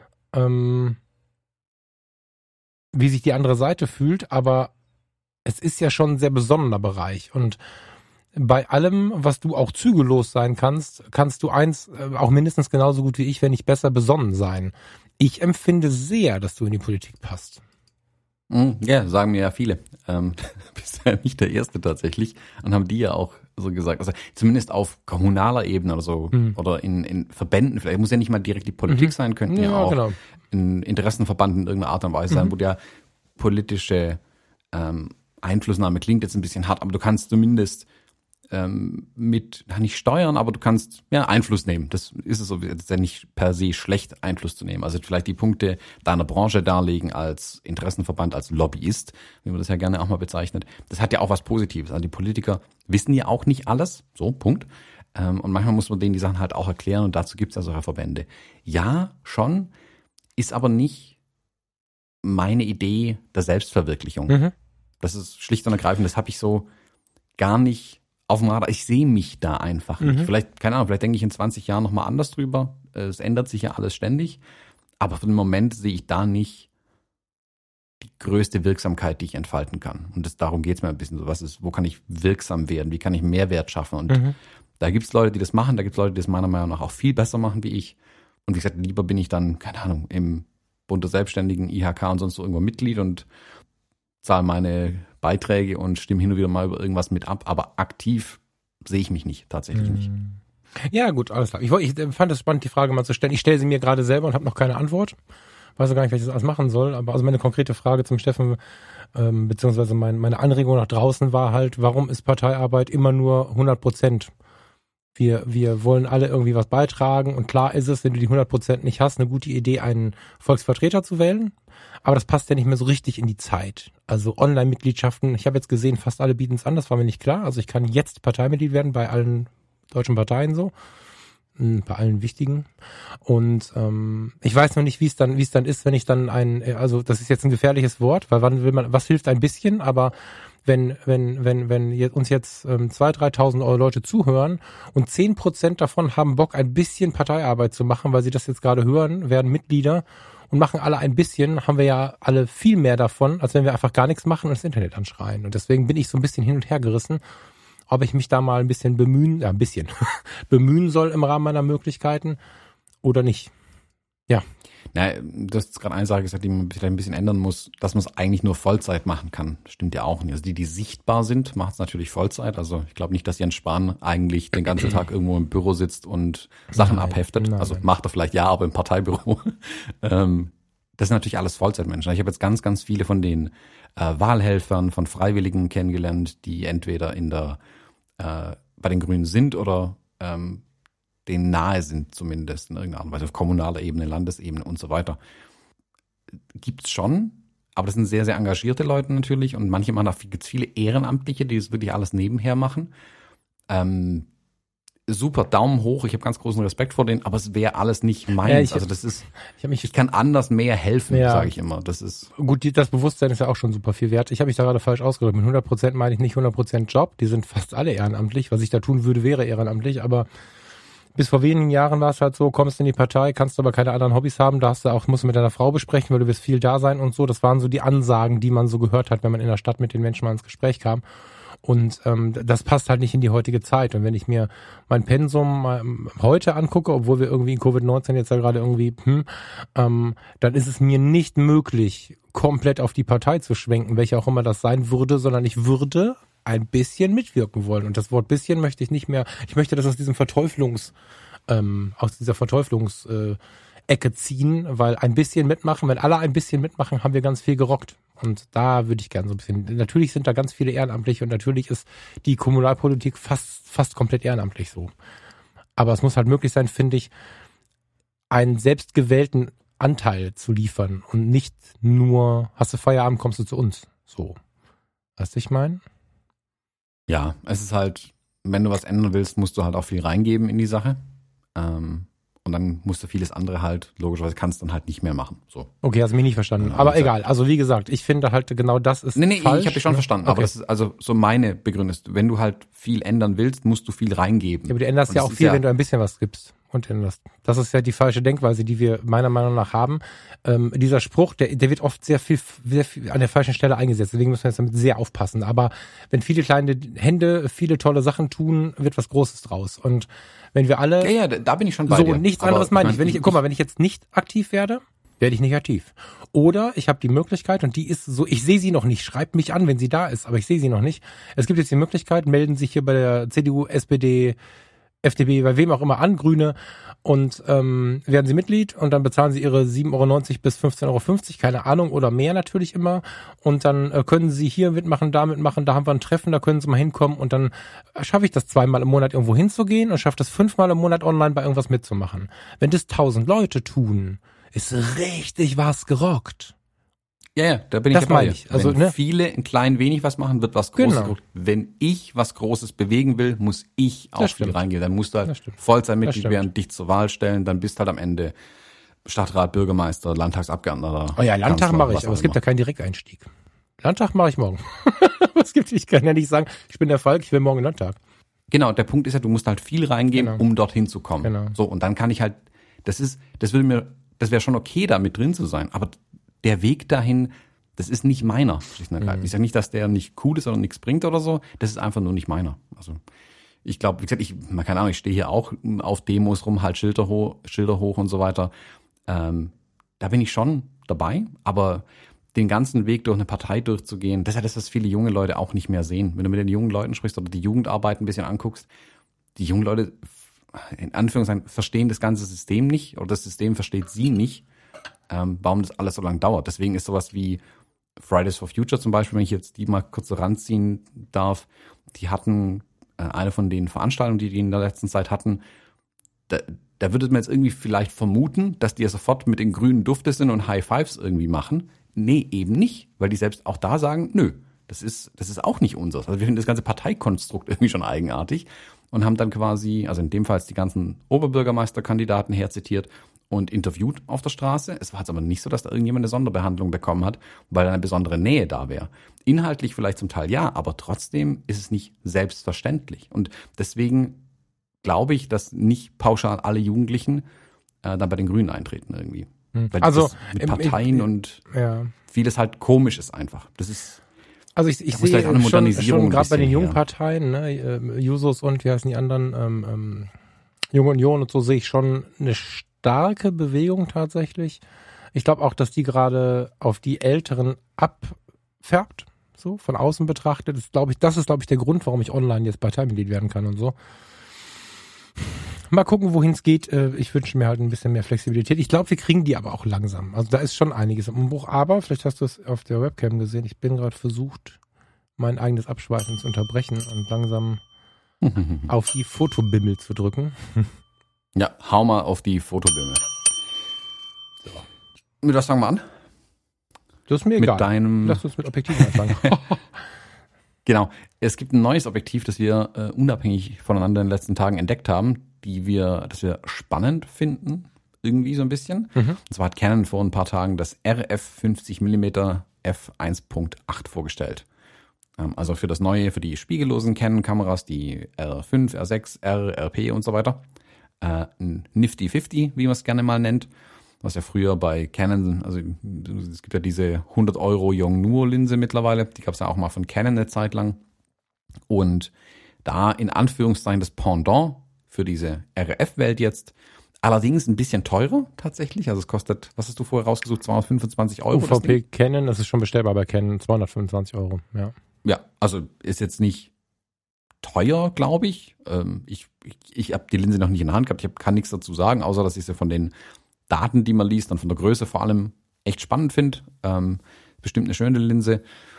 wie sich die andere Seite fühlt, aber es ist ja schon ein sehr besonderer Bereich und bei allem, was du auch zügellos sein kannst, kannst du eins auch mindestens genauso gut wie ich, wenn nicht besser, besonnen sein. Ich empfinde sehr, dass du in die Politik passt. Ja, sagen mir ja viele. Bist ja nicht der Erste tatsächlich und haben die ja auch so gesagt. Also zumindest auf kommunaler Ebene oder so oder in Verbänden, vielleicht muss ja nicht mal direkt die Politik sein, könnten ja auch ein Interessenverband in irgendeiner Art und Weise sein, wo der politische Einflussnahme klingt jetzt ein bisschen hart, aber du kannst zumindest nicht steuern, aber du kannst ja Einfluss nehmen. Das ist es so, das ist ja nicht per se schlecht, Einfluss zu nehmen. Also vielleicht die Punkte deiner Branche darlegen als Interessenverband, als Lobbyist, wie man das ja gerne auch mal bezeichnet. Das hat ja auch was Positives. Also die Politiker wissen ja auch nicht alles, so, Punkt. Und manchmal muss man denen die Sachen halt auch erklären und dazu gibt es ja solche Verbände. Ja, schon, ist aber nicht meine Idee der Selbstverwirklichung. Das ist schlicht und ergreifend, das habe ich so gar nicht auf dem Radar. Ich sehe mich da einfach nicht. Vielleicht, keine Ahnung, vielleicht denke ich in 20 Jahren nochmal anders drüber. Es ändert sich ja alles ständig. Aber für den Moment sehe ich da nicht die größte Wirksamkeit, die ich entfalten kann. Und darum geht es mir ein bisschen so. Wo kann ich wirksam werden? Wie kann ich Mehrwert schaffen? Und da gibt es Leute, die das machen. Da gibt es Leute, die das meiner Meinung nach auch viel besser machen wie ich. Und wie gesagt, lieber bin ich dann, keine Ahnung, im Bund der Selbstständigen, IHK und sonst so irgendwo Mitglied und zahle meine Beiträge und stimme hin und wieder mal über irgendwas mit ab, aber aktiv sehe ich mich nicht, tatsächlich nicht. Ja, gut, alles klar. Ich fand es spannend, die Frage mal zu stellen. Ich stelle sie mir gerade selber und habe noch keine Antwort. Weiß auch gar nicht, wie ich das alles machen soll, aber also meine konkrete Frage zum Steffen, beziehungsweise meine Anregung nach draußen war halt, warum ist Parteiarbeit immer nur 100%? Wir wollen alle irgendwie was beitragen und klar ist es, wenn du die 100% nicht hast, eine gute Idee, einen Volksvertreter zu wählen, aber das passt ja nicht mehr so richtig in die Zeit. Also Online-Mitgliedschaften, ich habe jetzt gesehen, fast alle bieten es an, das war mir nicht klar, also ich kann jetzt Parteimitglied werden bei allen deutschen Parteien so, bei allen wichtigen und ich weiß noch nicht, wie es dann ist, wenn ich dann also das ist jetzt ein gefährliches Wort, weil wann will man, was hilft ein bisschen, aber wenn uns jetzt 2.000, 3.000 Leute zuhören und 10% davon haben Bock, ein bisschen Parteiarbeit zu machen, weil sie das jetzt gerade hören, werden Mitglieder und machen alle ein bisschen, haben wir ja alle viel mehr davon, als wenn wir einfach gar nichts machen und das Internet anschreien. Und deswegen bin ich so ein bisschen hin und her gerissen, ob ich mich da mal ein bisschen bemühen soll im Rahmen meiner Möglichkeiten oder nicht. Ja. Na, du hast gerade eine Sache gesagt, die man vielleicht ein bisschen ändern muss, dass man es eigentlich nur Vollzeit machen kann. Stimmt ja auch nicht. Also die sichtbar sind, macht es natürlich Vollzeit. Also ich glaube nicht, dass Jens Spahn eigentlich den ganzen Tag irgendwo im Büro sitzt und Sachen abheftet. Nein. Also macht er vielleicht ja, aber im Parteibüro. Das sind natürlich alles Vollzeitmenschen. Ich habe jetzt ganz, ganz viele von den Wahlhelfern, von Freiwilligen kennengelernt, die entweder bei den Grünen sind oder denen nahe sind zumindest in irgendeiner Art und Weise, auf kommunaler Ebene, Landesebene und so weiter. Gibt's schon, aber das sind sehr, sehr engagierte Leute natürlich und manche machen, da gibt's viele Ehrenamtliche, die das wirklich alles nebenher machen. Super, Daumen hoch, ich habe ganz großen Respekt vor denen, aber es wäre alles nicht meins. Ja, also das ist, ich kann anders mehr helfen, sage ich immer. Das ist gut, das Bewusstsein ist ja auch schon super viel wert. Ich habe mich da gerade falsch ausgedrückt. Mit 100% meine ich nicht 100% Job, die sind fast alle ehrenamtlich. Was ich da tun würde, wäre ehrenamtlich, aber bis vor wenigen Jahren war es halt so, kommst in die Partei, kannst aber keine anderen Hobbys haben, musst du mit deiner Frau besprechen, weil du wirst viel da sein und so. Das waren so die Ansagen, die man so gehört hat, wenn man in der Stadt mit den Menschen mal ins Gespräch kam. Und das passt halt nicht in die heutige Zeit. Und wenn ich mir mein Pensum heute angucke, obwohl wir irgendwie in Covid-19 jetzt ja gerade irgendwie, dann ist es mir nicht möglich, komplett auf die Partei zu schwenken, welche auch immer das sein würde, sondern ich würde ein bisschen mitwirken wollen. Und das Wort bisschen möchte ich nicht mehr, ich möchte das aus dieser Verteuflungsecke ziehen, weil ein bisschen mitmachen, wenn alle ein bisschen mitmachen, haben wir ganz viel gerockt. Und da würde ich gerne so ein bisschen, natürlich sind da ganz viele Ehrenamtliche und natürlich ist die Kommunalpolitik fast komplett ehrenamtlich so. Aber es muss halt möglich sein, finde ich, einen selbstgewählten Anteil zu liefern und nicht nur, hast du Feierabend, kommst du zu uns. So. Weißt du, ich meine? Ja, es ist halt, wenn du was ändern willst, musst du halt auch viel reingeben in die Sache. Und dann musst du vieles andere halt, logischerweise kannst du dann halt nicht mehr machen. So. Okay, hast mich nicht verstanden. Aber egal, also wie gesagt, ich finde halt genau das ist falsch. Ich habe dich schon ne? verstanden, okay. Aber das ist also so meine Begründung. Wenn du halt viel ändern willst, musst du viel reingeben. Ja, aber du änderst ja auch viel, wenn du ein bisschen was gibst und änderst. Das ist ja die falsche Denkweise, die wir meiner Meinung nach haben. Dieser Spruch, der wird oft sehr viel an der falschen Stelle eingesetzt. Deswegen müssen wir jetzt damit sehr aufpassen. Aber wenn viele kleine Hände viele tolle Sachen tun, wird was Großes draus. Und wenn wir alle ja, da bin ich schon bei so dir. Und nichts anderes meine ich. Guck mal, wenn ich jetzt nicht aktiv werde ich nicht aktiv. Oder ich habe die Möglichkeit, und die ist so, ich sehe sie noch nicht, schreibt mich an, wenn sie da ist, aber ich sehe sie noch nicht. Es gibt jetzt die Möglichkeit, melden sich hier bei der CDU, SPD, FDP, bei wem auch immer an, Grüne, und werden sie Mitglied und dann bezahlen sie ihre 7,90 € bis 15,50 €, keine Ahnung, oder mehr natürlich immer. Und dann können sie hier mitmachen, da mitmachen, da haben wir ein Treffen, da können sie mal hinkommen und dann schaffe ich das 2-mal im Monat irgendwo hinzugehen und schaffe das 5-mal im Monat online bei irgendwas mitzumachen. Wenn das 1000 Leute tun, ist richtig was gerockt. Ja, da bin ich dabei. Also, wenn viele ein klein wenig was machen, wird was Großes gerockt. Wenn ich was Großes bewegen will, muss ich auch viel reingehen. Dann musst du halt Vollzeitmitglied werden, dich zur Wahl stellen, dann bist halt am Ende Stadtrat, Bürgermeister, Landtagsabgeordneter. Oh ja, Landtag mache ich, aber es gibt ja keinen Direkteinstieg. Landtag mache ich morgen. Ich kann ja nicht sagen, ich bin der Falk, ich will morgen in den Landtag. Genau, der Punkt ist ja, du musst halt viel reingeben, um dorthin zu kommen. Genau. So, und dann kann ich halt, das wäre schon okay, da mit drin zu sein, aber der Weg dahin, das ist nicht meiner. Ich sage nicht, dass der nicht cool ist oder nichts bringt oder so, das ist einfach nur nicht meiner. Also ich glaube, wie gesagt, keine Ahnung, ich stehe hier auch auf Demos rum, halt Schilder hoch und so weiter. Da bin ich schon dabei, aber den ganzen Weg durch eine Partei durchzugehen, das ist ja das, was viele junge Leute auch nicht mehr sehen. Wenn du mit den jungen Leuten sprichst oder die Jugendarbeit ein bisschen anguckst, die jungen Leute, in Anführungszeichen, verstehen das ganze System nicht oder das System versteht sie nicht, warum das alles so lange dauert. Deswegen ist sowas wie Fridays for Future zum Beispiel, wenn ich jetzt die mal kurz ranziehen darf, die hatten eine von den Veranstaltungen, die in der letzten Zeit hatten, da würde man jetzt irgendwie vielleicht vermuten, dass die ja sofort mit den grünen Dufte sind und High Fives irgendwie machen. Nee, eben nicht, weil die selbst auch da sagen, nö, das ist auch nicht unseres. Also wir finden das ganze Parteikonstrukt irgendwie schon eigenartig und haben dann quasi, also in dem Fall die ganzen Oberbürgermeisterkandidaten herzitiert und interviewt auf der Straße. Es war jetzt aber nicht so, dass da irgendjemand eine Sonderbehandlung bekommen hat, weil eine besondere Nähe da wäre. Inhaltlich vielleicht zum Teil ja, aber trotzdem ist es nicht selbstverständlich. Und deswegen glaube ich, dass nicht pauschal alle Jugendlichen dann bei den Grünen eintreten irgendwie. Weil Also mit Parteien und vieles halt komisch ist einfach. Das ist Also ich muss vielleicht auch eine sehe Modernisierung schon ein gerade bei den bisschen jungen her. Parteien, ne, Jusos und wie heißen die anderen, Junge Union und so, sehe ich schon eine starke Bewegung tatsächlich. Ich glaube auch, dass die gerade auf die Älteren abfärbt, so von außen betrachtet. Das ist, glaube ich, der Grund, warum ich online jetzt Parteimitglied werden kann und so. Mal gucken, wohin es geht. Ich wünsche mir halt ein bisschen mehr Flexibilität. Ich glaube, wir kriegen die aber auch langsam. Also da ist schon einiges im Umbruch. Aber, vielleicht hast du es auf der Webcam gesehen, ich bin gerade versucht, mein eigenes Abschweifen zu unterbrechen und langsam auf die Fotobimmel zu drücken. Ja, hau mal auf die Fotobimmel. So. Mit was fangen wir an? Das ist mir Mit egal. deinem... Lass uns mit Objektiven anfangen. Genau. Es gibt ein neues Objektiv, das wir unabhängig voneinander in den letzten Tagen entdeckt haben, das wir spannend finden, irgendwie so ein bisschen. Und zwar hat Canon vor ein paar Tagen das RF 50mm f1.8 vorgestellt. Also für die spiegellosen Canon-Kameras, die R5, R6, R, RP und so weiter. Ein Nifty 50, wie man es gerne mal nennt. Was ja früher bei Canon, also es gibt ja diese 100 € Yongnuo-Linse mittlerweile, die gab es ja auch mal von Canon eine Zeit lang. Und da in Anführungszeichen das Pendant für diese RF-Welt jetzt, allerdings ein bisschen teurer tatsächlich. Also es kostet, was hast du vorher rausgesucht, 225 €? UVP Canon, das ist schon bestellbar bei Canon, 225 €, ja. Ja, also ist jetzt nicht teuer, glaube ich. Ich habe die Linse noch nicht in der Hand gehabt, kann nichts dazu sagen, außer dass ich sie von den Daten, die man liest, dann von der Größe vor allem echt spannend finde. Bestimmt eine schöne Linse.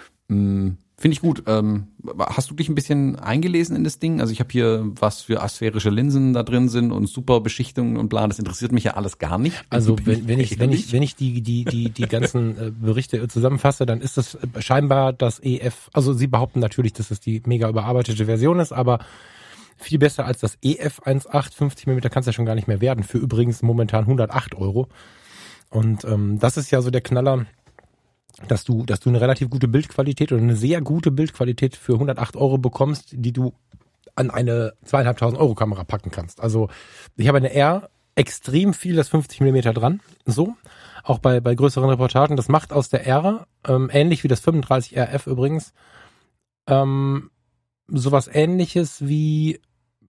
Finde ich gut. Hast du dich ein bisschen eingelesen in das Ding? Also ich habe hier, was für asphärische Linsen da drin sind und super Beschichtungen und bla. Das interessiert mich ja alles gar nicht. Also wenn ich die ganzen Berichte zusammenfasse, dann ist das scheinbar das EF. Also sie behaupten natürlich, dass es die mega überarbeitete Version ist, aber viel besser als das EF 1.8, 50mm kann es ja schon gar nicht mehr werden. Für übrigens momentan 108 €. Und das ist ja so der Knaller, dass du eine relativ gute Bildqualität oder eine sehr gute Bildqualität für 108 € bekommst, die du an eine 2.500 € Kamera packen kannst. Also ich habe eine R, extrem viel das 50mm dran, so, auch bei größeren Reportagen. Das macht aus der R, ähnlich wie das 35 RF übrigens, sowas Ähnliches wie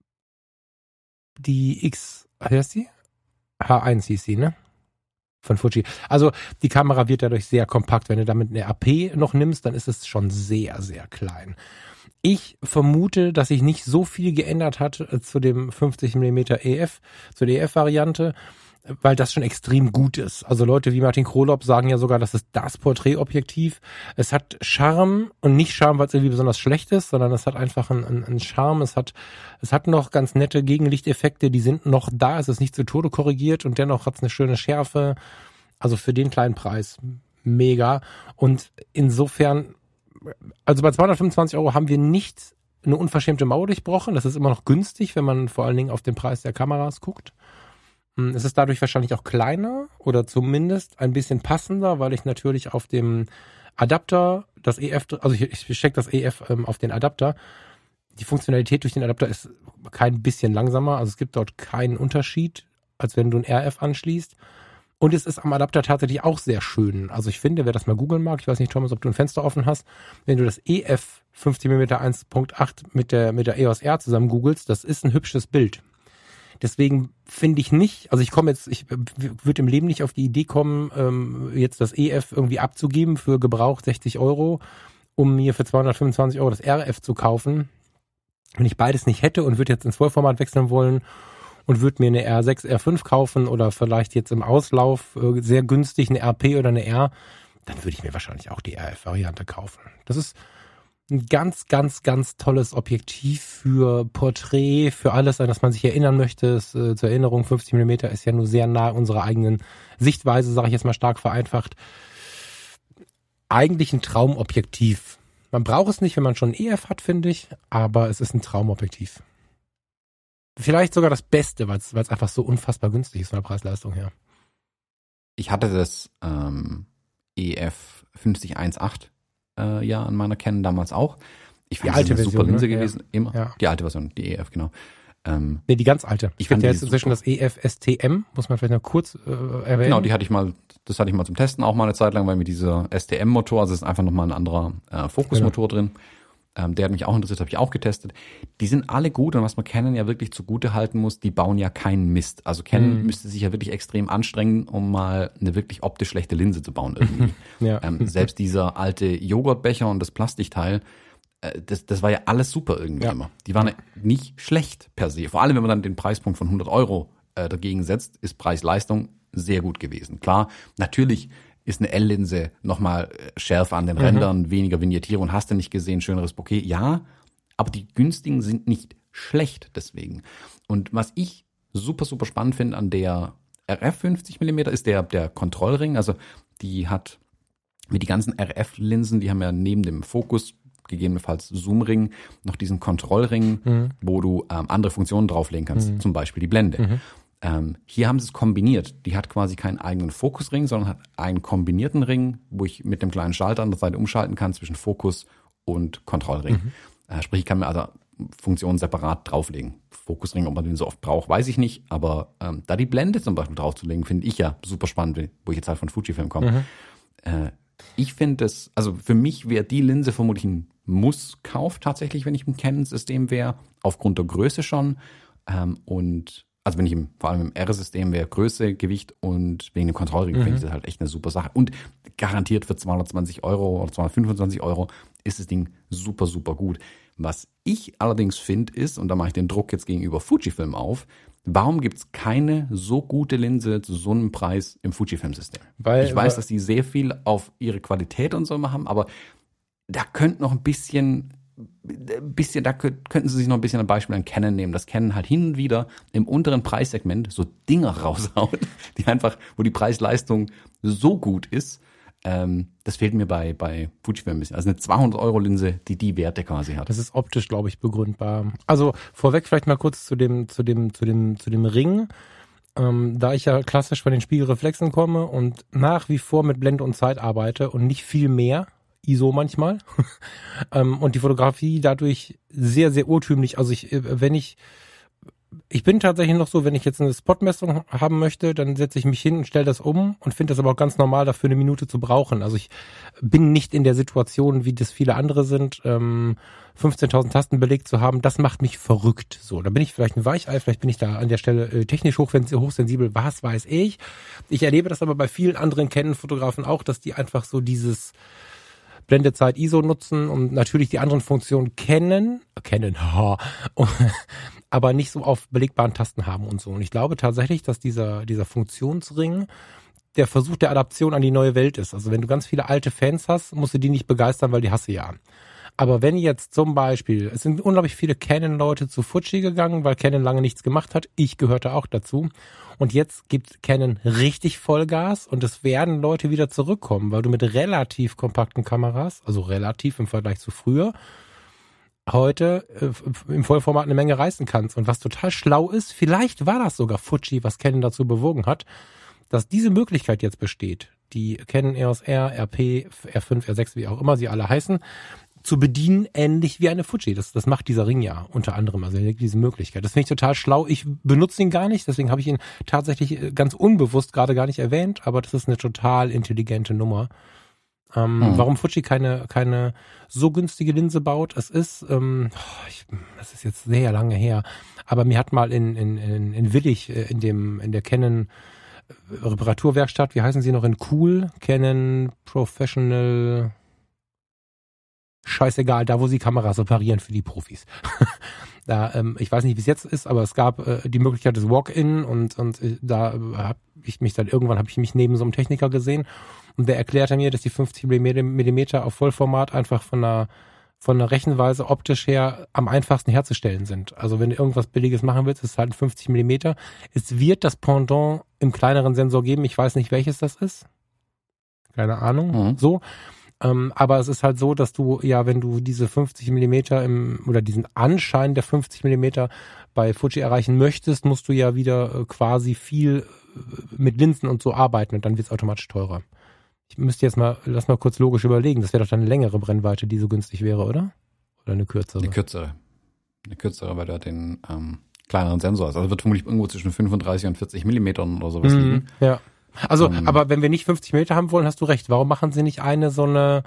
die wie heißt die? H1 hieß sie, ne? Von Fuji. Also die Kamera wird dadurch sehr kompakt. Wenn du damit eine AP noch nimmst, dann ist es schon sehr, sehr klein. Ich vermute, dass sich nicht so viel geändert hat zu dem 50mm EF, zur EF-Variante, weil das schon extrem gut ist. Also Leute wie Martin Krolop sagen ja sogar, das ist das Porträtobjektiv. Es hat Charme und nicht Charme, weil es irgendwie besonders schlecht ist, sondern es hat einfach einen Charme. Es hat noch ganz nette Gegenlichteffekte, die sind noch da. Es ist nicht zu Tode korrigiert und dennoch hat es eine schöne Schärfe. Also für den kleinen Preis mega. Und insofern, also bei 225 € haben wir nicht eine unverschämte Mauer durchbrochen. Das ist immer noch günstig, wenn man vor allen Dingen auf den Preis der Kameras guckt. Es ist dadurch wahrscheinlich auch kleiner oder zumindest ein bisschen passender, weil ich natürlich auf dem Adapter das EF, also ich stecke das EF auf den Adapter. Die Funktionalität durch den Adapter ist kein bisschen langsamer, also es gibt dort keinen Unterschied, als wenn du ein RF anschließt. Und es ist am Adapter tatsächlich auch sehr schön. Also ich finde, wer das mal googeln mag, ich weiß nicht, Thomas, ob du ein Fenster offen hast, wenn du das EF 50mm 1.8 mit der EOS R zusammen googelst, das ist ein hübsches Bild. Deswegen finde ich nicht, also ich würde im Leben nicht auf die Idee kommen, jetzt das EF irgendwie abzugeben für Gebrauch 60 €, um mir für 225 € das RF zu kaufen. Wenn ich beides nicht hätte und würde jetzt ins Vollformat wechseln wollen und würde mir eine R6, R5 kaufen oder vielleicht jetzt im Auslauf sehr günstig eine RP oder eine R, dann würde ich mir wahrscheinlich auch die RF-Variante kaufen. Das ist ein ganz, ganz, ganz tolles Objektiv für Porträt, für alles, an das man sich erinnern möchte. Zur Erinnerung, 50 mm ist ja nur sehr nah unserer eigenen Sichtweise, sage ich jetzt mal stark vereinfacht. Eigentlich ein Traumobjektiv. Man braucht es nicht, wenn man schon ein EF hat, finde ich, aber es ist ein Traumobjektiv. Vielleicht sogar das Beste, weil es einfach so unfassbar günstig ist von der Preis-Leistung her. Ich hatte das EF 5018 an meiner Canon damals auch. Ich fand die alte das eine Version, super Linse ne? gewesen, immer. Ja. Die alte Version, die EF, genau. Nee, die ganz alte. Ich Es gibt fand ja die jetzt inzwischen super. das EF STM, muss man vielleicht noch kurz erwähnen. Genau, das hatte ich mal zum Testen auch mal eine Zeit lang, weil mit dieser STM-Motor, also es ist einfach nochmal ein anderer Fokusmotor drin. Der hat mich auch interessiert, habe ich auch getestet. Die sind alle gut und was man Canon ja wirklich zugute halten muss, die bauen ja keinen Mist. Also Canon müsste sich ja wirklich extrem anstrengen, um mal eine wirklich optisch schlechte Linse zu bauen irgendwie. Ja. Selbst dieser alte Joghurtbecher und das Plastikteil, das war ja alles super irgendwie immer. Die waren ja nicht schlecht per se. Vor allem, wenn man dann den Preispunkt von 100 € dagegen setzt, ist Preis-Leistung sehr gut gewesen. Klar, natürlich ist eine L-Linse nochmal schärfer an den Rändern, weniger Vignettierung, hast du nicht gesehen, schöneres Bokeh. Ja, aber die günstigen sind nicht schlecht deswegen. Und was ich super, super spannend finde an der RF 50 mm ist der Kontrollring. Also die hat, wie die ganzen RF-Linsen, die haben ja neben dem Fokus, gegebenenfalls Zoomring, noch diesen Kontrollring, wo du andere Funktionen drauflegen kannst, zum Beispiel die Blende. Hier haben sie es kombiniert. Die hat quasi keinen eigenen Fokusring, sondern hat einen kombinierten Ring, wo ich mit dem kleinen Schalter an der Seite umschalten kann zwischen Fokus und Kontrollring. Sprich, ich kann mir also Funktionen separat drauflegen. Fokusring, ob man den so oft braucht, weiß ich nicht. Aber da die Blende zum Beispiel draufzulegen, finde ich ja super spannend, wo ich jetzt halt von Fujifilm komme. Ich finde es, also für mich wäre die Linse vermutlich ein Muss-Kauf tatsächlich, wenn ich im Canon-System wäre, aufgrund der Größe schon. Und also wenn ich vor allem im R-System wäre, Größe, Gewicht und wegen dem Kontrollring finde ich das halt echt eine super Sache. Und garantiert für 220 € oder 225 € ist das Ding super, super gut. Was ich allerdings finde ist, und da mache ich den Druck jetzt gegenüber Fujifilm auf, warum gibt es keine so gute Linse zu so einem Preis im Fujifilm-System? Ich weiß, dass die sehr viel auf ihre Qualität und so immer haben, aber da könnte noch ein bisschen, da könnten sie sich noch ein bisschen ein Beispiel an Canon nehmen, dass Canon halt hin und wieder im unteren Preissegment so Dinger raushaut, die einfach, wo die Preis-Leistung so gut ist. Das fehlt mir bei Fujifilm ein bisschen. Also eine 200 € Linse, die Werte quasi hat. Das ist optisch, glaube ich, begründbar. Also vorweg vielleicht mal kurz zu dem Ring. Da ich ja klassisch von den Spiegelreflexen komme und nach wie vor mit Blende und Zeit arbeite und nicht viel mehr, ISO manchmal, und die Fotografie dadurch sehr, sehr urtümlich. Also ich bin tatsächlich noch so, wenn ich jetzt eine Spotmessung haben möchte, dann setze ich mich hin und stelle das um und finde das aber auch ganz normal, dafür eine Minute zu brauchen. Also ich bin nicht in der Situation, wie das viele andere sind, 15.000 Tasten belegt zu haben. Das macht mich verrückt. So, da bin ich vielleicht ein Weichei, vielleicht bin ich da an der Stelle technisch hochsensibel, was weiß ich. Ich erlebe das aber bei vielen anderen Canon-Fotografen auch, dass die einfach so dieses Blendezeit ISO nutzen und natürlich die anderen Funktionen kennen, aber nicht so auf belegbaren Tasten haben und so. Und ich glaube tatsächlich, dass dieser Funktionsring der Versuch der Adaption an die neue Welt ist. Also wenn du ganz viele alte Fans hast, musst du die nicht begeistern, weil die hasse ja. Aber wenn jetzt zum Beispiel, es sind unglaublich viele Canon-Leute zu Fuji gegangen, weil Canon lange nichts gemacht hat. Ich gehörte auch dazu. Und jetzt gibt Canon richtig Vollgas und es werden Leute wieder zurückkommen, weil du mit relativ kompakten Kameras, also relativ im Vergleich zu früher, heute im Vollformat eine Menge reißen kannst. Und was total schlau ist, vielleicht war das sogar Fuji, was Canon dazu bewogen hat, dass diese Möglichkeit jetzt besteht, die Canon EOS R, RP, R5, R6, wie auch immer sie alle heißen, zu bedienen, ähnlich wie eine Fuji. Das macht dieser Ring ja unter anderem, also diese Möglichkeit. Das finde ich total schlau. Ich benutze ihn gar nicht, deswegen habe ich ihn tatsächlich ganz unbewusst gerade gar nicht erwähnt, aber das ist eine total intelligente Nummer. Warum Fuji keine so günstige Linse baut, es ist, das ist jetzt sehr lange her, aber mir hat mal in Willich, in der Canon Reparaturwerkstatt, wie heißen sie noch, in Cool, Canon Professional, scheißegal, da wo sie Kameras reparieren für die Profis. Da, ich weiß nicht, wie es jetzt ist, aber es gab die Möglichkeit des Walk-in und da habe ich mich neben so einem Techniker gesehen und der erklärte mir, dass die 50 Millimeter auf Vollformat einfach von der Rechenweise optisch her am einfachsten herzustellen sind. Also wenn du irgendwas Billiges machen willst, ist es halt ein 50 Millimeter. Es wird das Pendant im kleineren Sensor geben, ich weiß nicht, welches das ist. Keine Ahnung, so. Aber es ist halt so, dass du ja, wenn du diese 50 Millimeter oder diesen Anschein der 50 Millimeter bei Fuji erreichen möchtest, musst du ja wieder quasi viel mit Linsen und so arbeiten und dann wird es automatisch teurer. Ich müsste lass mal kurz logisch überlegen, das wäre doch dann eine längere Brennweite, die so günstig wäre, oder? Oder eine kürzere? Eine kürzere, weil du den kleineren Sensor hast. Also wird vermutlich irgendwo zwischen 35 und 40 Millimetern oder sowas liegen. Ja. Also, aber wenn wir nicht 50 Meter haben wollen, hast du recht. Warum machen sie nicht so eine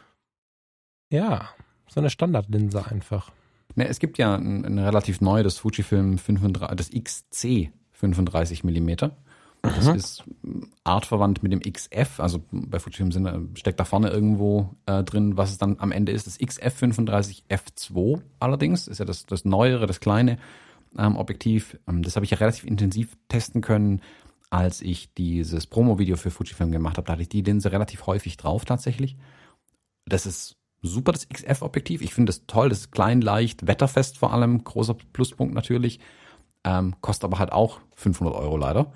Standardlinse einfach? Ne, es gibt ja ein relativ neu, das Fujifilm 35, das XC 35 Millimeter. Das ist artverwandt mit dem XF, also bei Fujifilm steckt da vorne irgendwo drin, was es dann am Ende ist. Das XF 35 F2 allerdings, ist ja das neuere, das kleine Objektiv. Das habe ich ja relativ intensiv testen können, als ich dieses Promo-Video für Fujifilm gemacht habe. Da hatte ich die Linse relativ häufig drauf tatsächlich. Das ist super, das XF-Objektiv. Ich finde das toll, das ist klein, leicht, wetterfest vor allem, großer Pluspunkt natürlich. Kostet aber halt auch 500 € leider.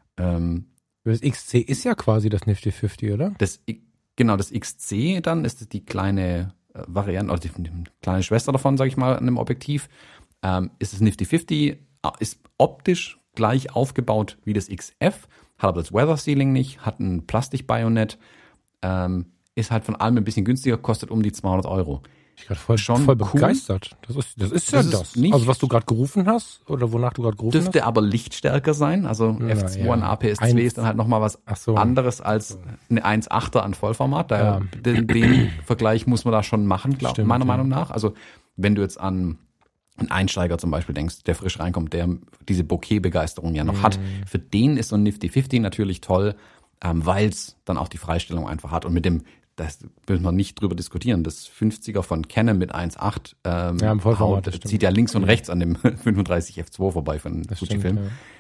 Das XC ist ja quasi das Nifty 50, oder? Das XC dann ist die kleine Variante, also die kleine Schwester davon, sage ich mal, an dem Objektiv. Ist das Nifty 50, ist optisch gleich aufgebaut wie das XF, hat aber das Weather Sealing nicht, hat ein Plastikbajonett, ist halt von allem ein bisschen günstiger, kostet um die 200 €. Ich bin gerade voll begeistert. Das ist das. Nicht, also was du gerade gerufen hast oder wonach du gerade gerufen hast? Dürfte aber lichtstärker sein. Also F2 an APS-C ist dann halt nochmal was anderes als eine 1.8er an Vollformat. Den Vergleich muss man da schon machen, meiner Meinung nach. Also wenn du jetzt an einen Einsteiger zum Beispiel denkst, der frisch reinkommt, der diese Bokeh-Begeisterung ja noch hat, für den ist so ein Nifty 50 natürlich toll, weil es dann auch die Freistellung einfach hat. Und mit dem, das müssen wir nicht drüber diskutieren, das 50er von Canon mit 1.8 im Vollformat, zieht ja links und rechts an dem 35 F2 vorbei von Fujifilm.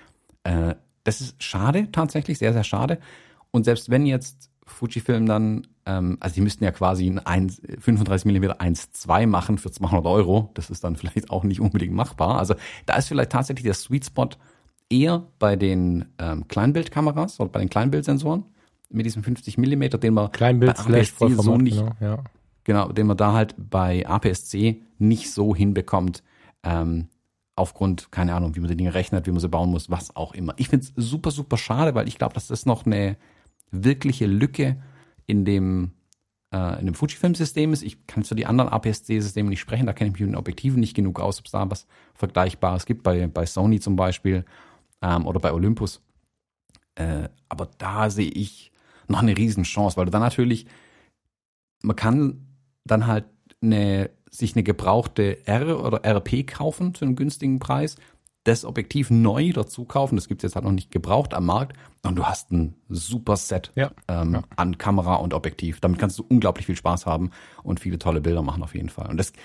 Das ist schade, tatsächlich, sehr, sehr schade. Und selbst wenn jetzt Fujifilm dann, also die müssten ja quasi ein 35 mm 1.2 machen für 200 €. Das ist dann vielleicht auch nicht unbedingt machbar. Also da ist vielleicht tatsächlich der Sweet Spot eher bei den Kleinbildkameras oder bei den Kleinbildsensoren mit diesem 50 mm, den man Kleinbild bei APS-C so nicht, genau, den man da halt bei APS-C nicht so hinbekommt, aufgrund, keine Ahnung, wie man die Dinge rechnet, wie man sie bauen muss, was auch immer. Ich finde es super, super schade, weil ich glaube, dass das noch eine wirkliche Lücke in dem Fujifilm-System ist. Ich kann für die anderen APS-C-Systeme nicht sprechen, da kenne ich mich mit den Objektiven nicht genug aus, ob es da was Vergleichbares gibt, bei Sony zum Beispiel oder bei Olympus. Aber da sehe ich noch eine Riesenchance, weil du dann natürlich, man kann dann halt sich eine gebrauchte R oder RP kaufen zu einem günstigen Preis, das Objektiv neu dazu kaufen, das gibt es jetzt halt noch nicht gebraucht am Markt, und du hast ein super Set an Kamera und Objektiv. Damit kannst du unglaublich viel Spaß haben und viele tolle Bilder machen auf jeden Fall. Und das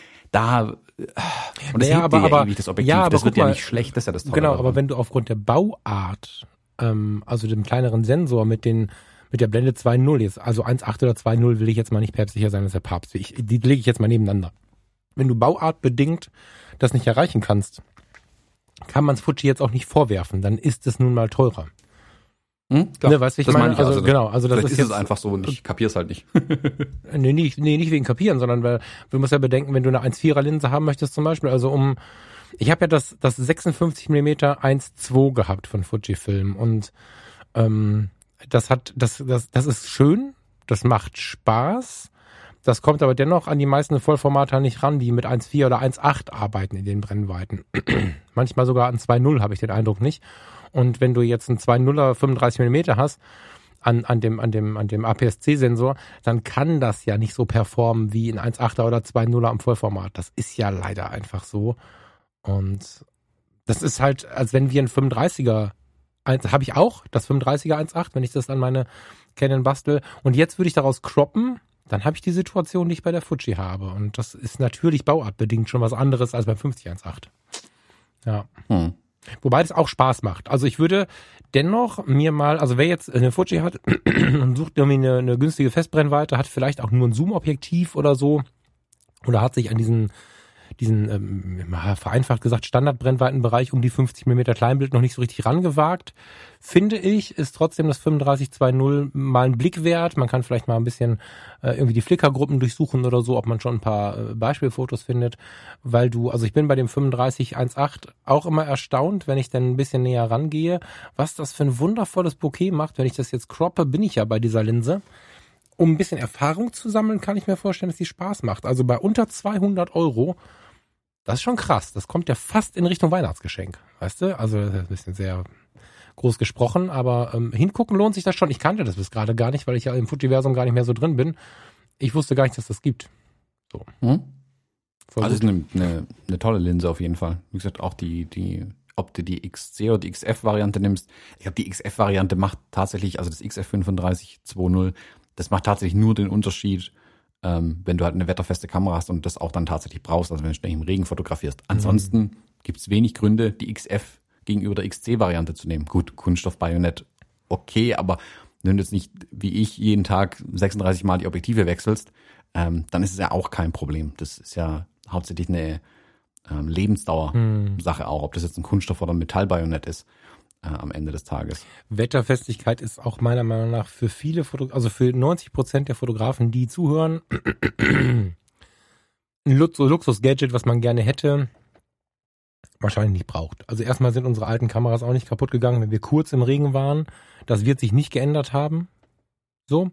ewig, das Objektiv, das wird ja nicht schlecht, das ist ja das Tolle. Genau, aber wenn du aufgrund der Bauart, also dem kleineren Sensor mit der Blende 2.0 jetzt, also 1.8 oder 2.0 will ich jetzt mal nicht päpstlicher sein als der Papst. Die lege ich jetzt mal nebeneinander. Wenn du bauartbedingt das nicht erreichen kannst, kann man es Fuji jetzt auch nicht vorwerfen, dann ist es nun mal teurer. Klar, ne, weißt du, ich meine, also genau, also das ist es einfach so und ich kapiere es halt nicht. nee, nicht wegen Kapieren, sondern weil du musst ja bedenken, wenn du eine 1.4er Linse haben möchtest zum Beispiel, also ich habe ja das 56 mm 1.2 gehabt von Fujifilm und das ist schön, das macht Spaß. Das kommt aber dennoch an die meisten Vollformater nicht ran, die mit 1.4 oder 1.8 arbeiten in den Brennweiten. Manchmal sogar an 2.0 habe ich den Eindruck nicht. Und wenn du jetzt einen 2.0er 35 mm hast, an dem APS-C-Sensor, dann kann das ja nicht so performen wie ein 1.8er oder 2.0er am Vollformat. Das ist ja leider einfach so. Und das ist halt, als wenn wir ein 35er, habe ich auch, das 35er 1.8, wenn ich das an meine Canon bastel. Und jetzt würde ich daraus croppen, dann habe ich die Situation, die ich bei der Fuji habe. Und das ist natürlich bauartbedingt schon was anderes als beim 50-1.8. Ja. Wobei das auch Spaß macht. Also ich würde dennoch mir mal, also wer jetzt eine Fuji hat und sucht irgendwie eine günstige Festbrennweite, hat vielleicht auch nur ein Zoom-Objektiv oder so oder hat sich an diesen vereinfacht gesagt Standardbrennweitenbereich um die 50 mm Kleinbild noch nicht so richtig rangewagt, finde ich, ist trotzdem das 35-2.0 mal ein Blick wert. Man kann vielleicht mal ein bisschen irgendwie die Flickr-Gruppen durchsuchen oder so, ob man schon ein paar Beispielfotos findet, weil also ich bin bei dem 35-1.8 auch immer erstaunt, wenn ich dann ein bisschen näher rangehe, was das für ein wundervolles Bokeh macht. Wenn ich das jetzt croppe, bin ich ja bei dieser Linse. Um ein bisschen Erfahrung zu sammeln, kann ich mir vorstellen, dass die Spaß macht. Also bei unter 200 €, das ist schon krass. Das kommt ja fast in Richtung Weihnachtsgeschenk, weißt du? Also das ist ein bisschen sehr groß gesprochen, aber hingucken lohnt sich das schon. Ich kannte das bis gerade gar nicht, weil ich ja im Fujiversum gar nicht mehr so drin bin. Ich wusste gar nicht, dass das gibt. So. Also es ist eine tolle Linse auf jeden Fall. Wie gesagt, auch ob du die XC oder die XF-Variante nimmst. Ich glaube, die XF-Variante macht tatsächlich, also das XF35 2.0, das macht tatsächlich nur den Unterschied, wenn du halt eine wetterfeste Kamera hast und das auch dann tatsächlich brauchst, also wenn du ständig im Regen fotografierst. Ansonsten gibt es wenig Gründe, die XF gegenüber der XC-Variante zu nehmen. Gut, Kunststoff-Bajonett, okay, aber wenn du jetzt nicht, wie ich, jeden Tag 36 Mal die Objektive wechselst, dann ist es ja auch kein Problem. Das ist ja hauptsächlich eine Lebensdauer-Sache auch, ob das jetzt ein Kunststoff- oder ein Metallbajonett ist. Am Ende des Tages. Wetterfestigkeit ist auch meiner Meinung nach für viele also für 90% der Fotografen, die zuhören, ein Luxus-Gadget, was man gerne hätte, wahrscheinlich nicht braucht. Also erstmal sind unsere alten Kameras auch nicht kaputt gegangen, wenn wir kurz im Regen waren. Das wird sich nicht geändert haben. So.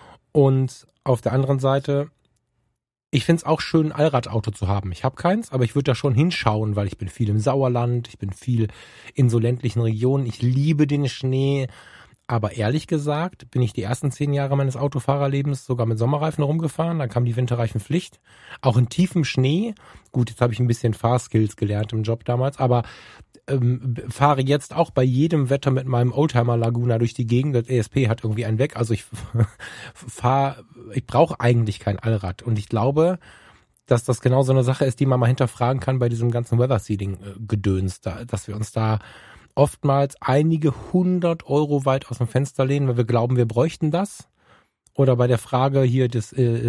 Und auf der anderen Seite, ich finde es auch schön, ein Allradauto zu haben. Ich habe keins, aber ich würde da schon hinschauen, weil ich bin viel im Sauerland, ich bin viel in so ländlichen Regionen. Ich liebe den Schnee. Aber ehrlich gesagt bin ich die ersten 10 Jahre meines Autofahrerlebens sogar mit Sommerreifen rumgefahren. Dann kam die Winterreifenpflicht. Auch in tiefem Schnee. Gut, jetzt habe ich ein bisschen Fahrskills gelernt im Job damals, aber fahre jetzt auch bei jedem Wetter mit meinem Oldtimer Laguna durch die Gegend. Das ESP hat irgendwie einen weg. Also ich brauche eigentlich kein Allrad. Und ich glaube, dass das genau so eine Sache ist, die man mal hinterfragen kann bei diesem ganzen Weather-Seeding-Gedöns, dass wir uns da oftmals einige 100 € weit aus dem Fenster lehnen, weil wir glauben, wir bräuchten das. Oder bei der Frage hier des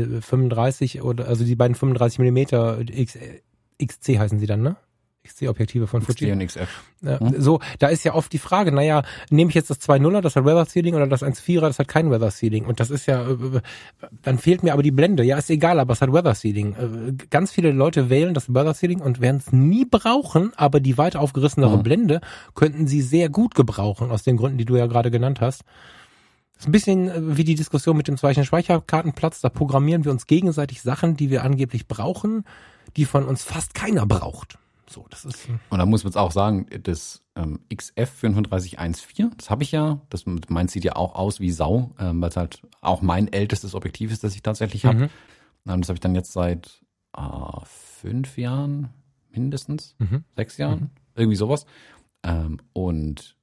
35 oder also die beiden 35 mm XC heißen sie dann, ne? XC-Objektive von Fuji. XC und XF. So, da ist ja oft die Frage, naja, nehme ich jetzt das 2.0er, das hat Weather Sealing, oder das 1.4er, das hat kein Weather Sealing. Und das ist ja, dann fehlt mir aber die Blende. Ja, ist egal, aber es hat Weather Sealing. Ganz viele Leute wählen das Weather Sealing und werden es nie brauchen, aber die weit aufgerissenere Blende könnten sie sehr gut gebrauchen, aus den Gründen, die du ja gerade genannt hast. Das ist ein bisschen wie die Diskussion mit dem zweiten Speicherkartenplatz. Da programmieren wir uns gegenseitig Sachen, die wir angeblich brauchen, die von uns fast keiner braucht. So, das ist. Und da muss man jetzt auch sagen, das XF 3514, das habe ich ja, meins sieht ja auch aus wie Sau, weil es halt auch mein ältestes Objektiv ist, das ich tatsächlich habe. Das habe ich dann jetzt seit 5 Jahren mindestens, 6 Jahren, irgendwie sowas. Und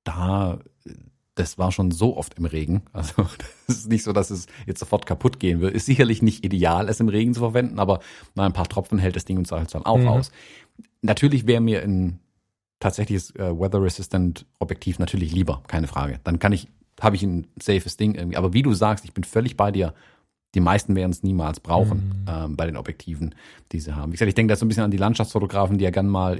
das war schon so oft im Regen. Also das ist nicht so, dass es jetzt sofort kaputt gehen wird. Ist sicherlich nicht ideal, es im Regen zu verwenden, aber nach ein paar Tropfen hält das Ding uns halt dann auch aus. Natürlich wäre mir ein tatsächliches Weather-Resistant-Objektiv natürlich lieber, keine Frage. Dann habe ich ein safes Ding irgendwie. Aber wie du sagst, ich bin völlig bei dir. Die meisten werden es niemals brauchen bei den Objektiven, die sie haben. Wie gesagt, ich denke da so ein bisschen an die Landschaftsfotografen, die ja gern mal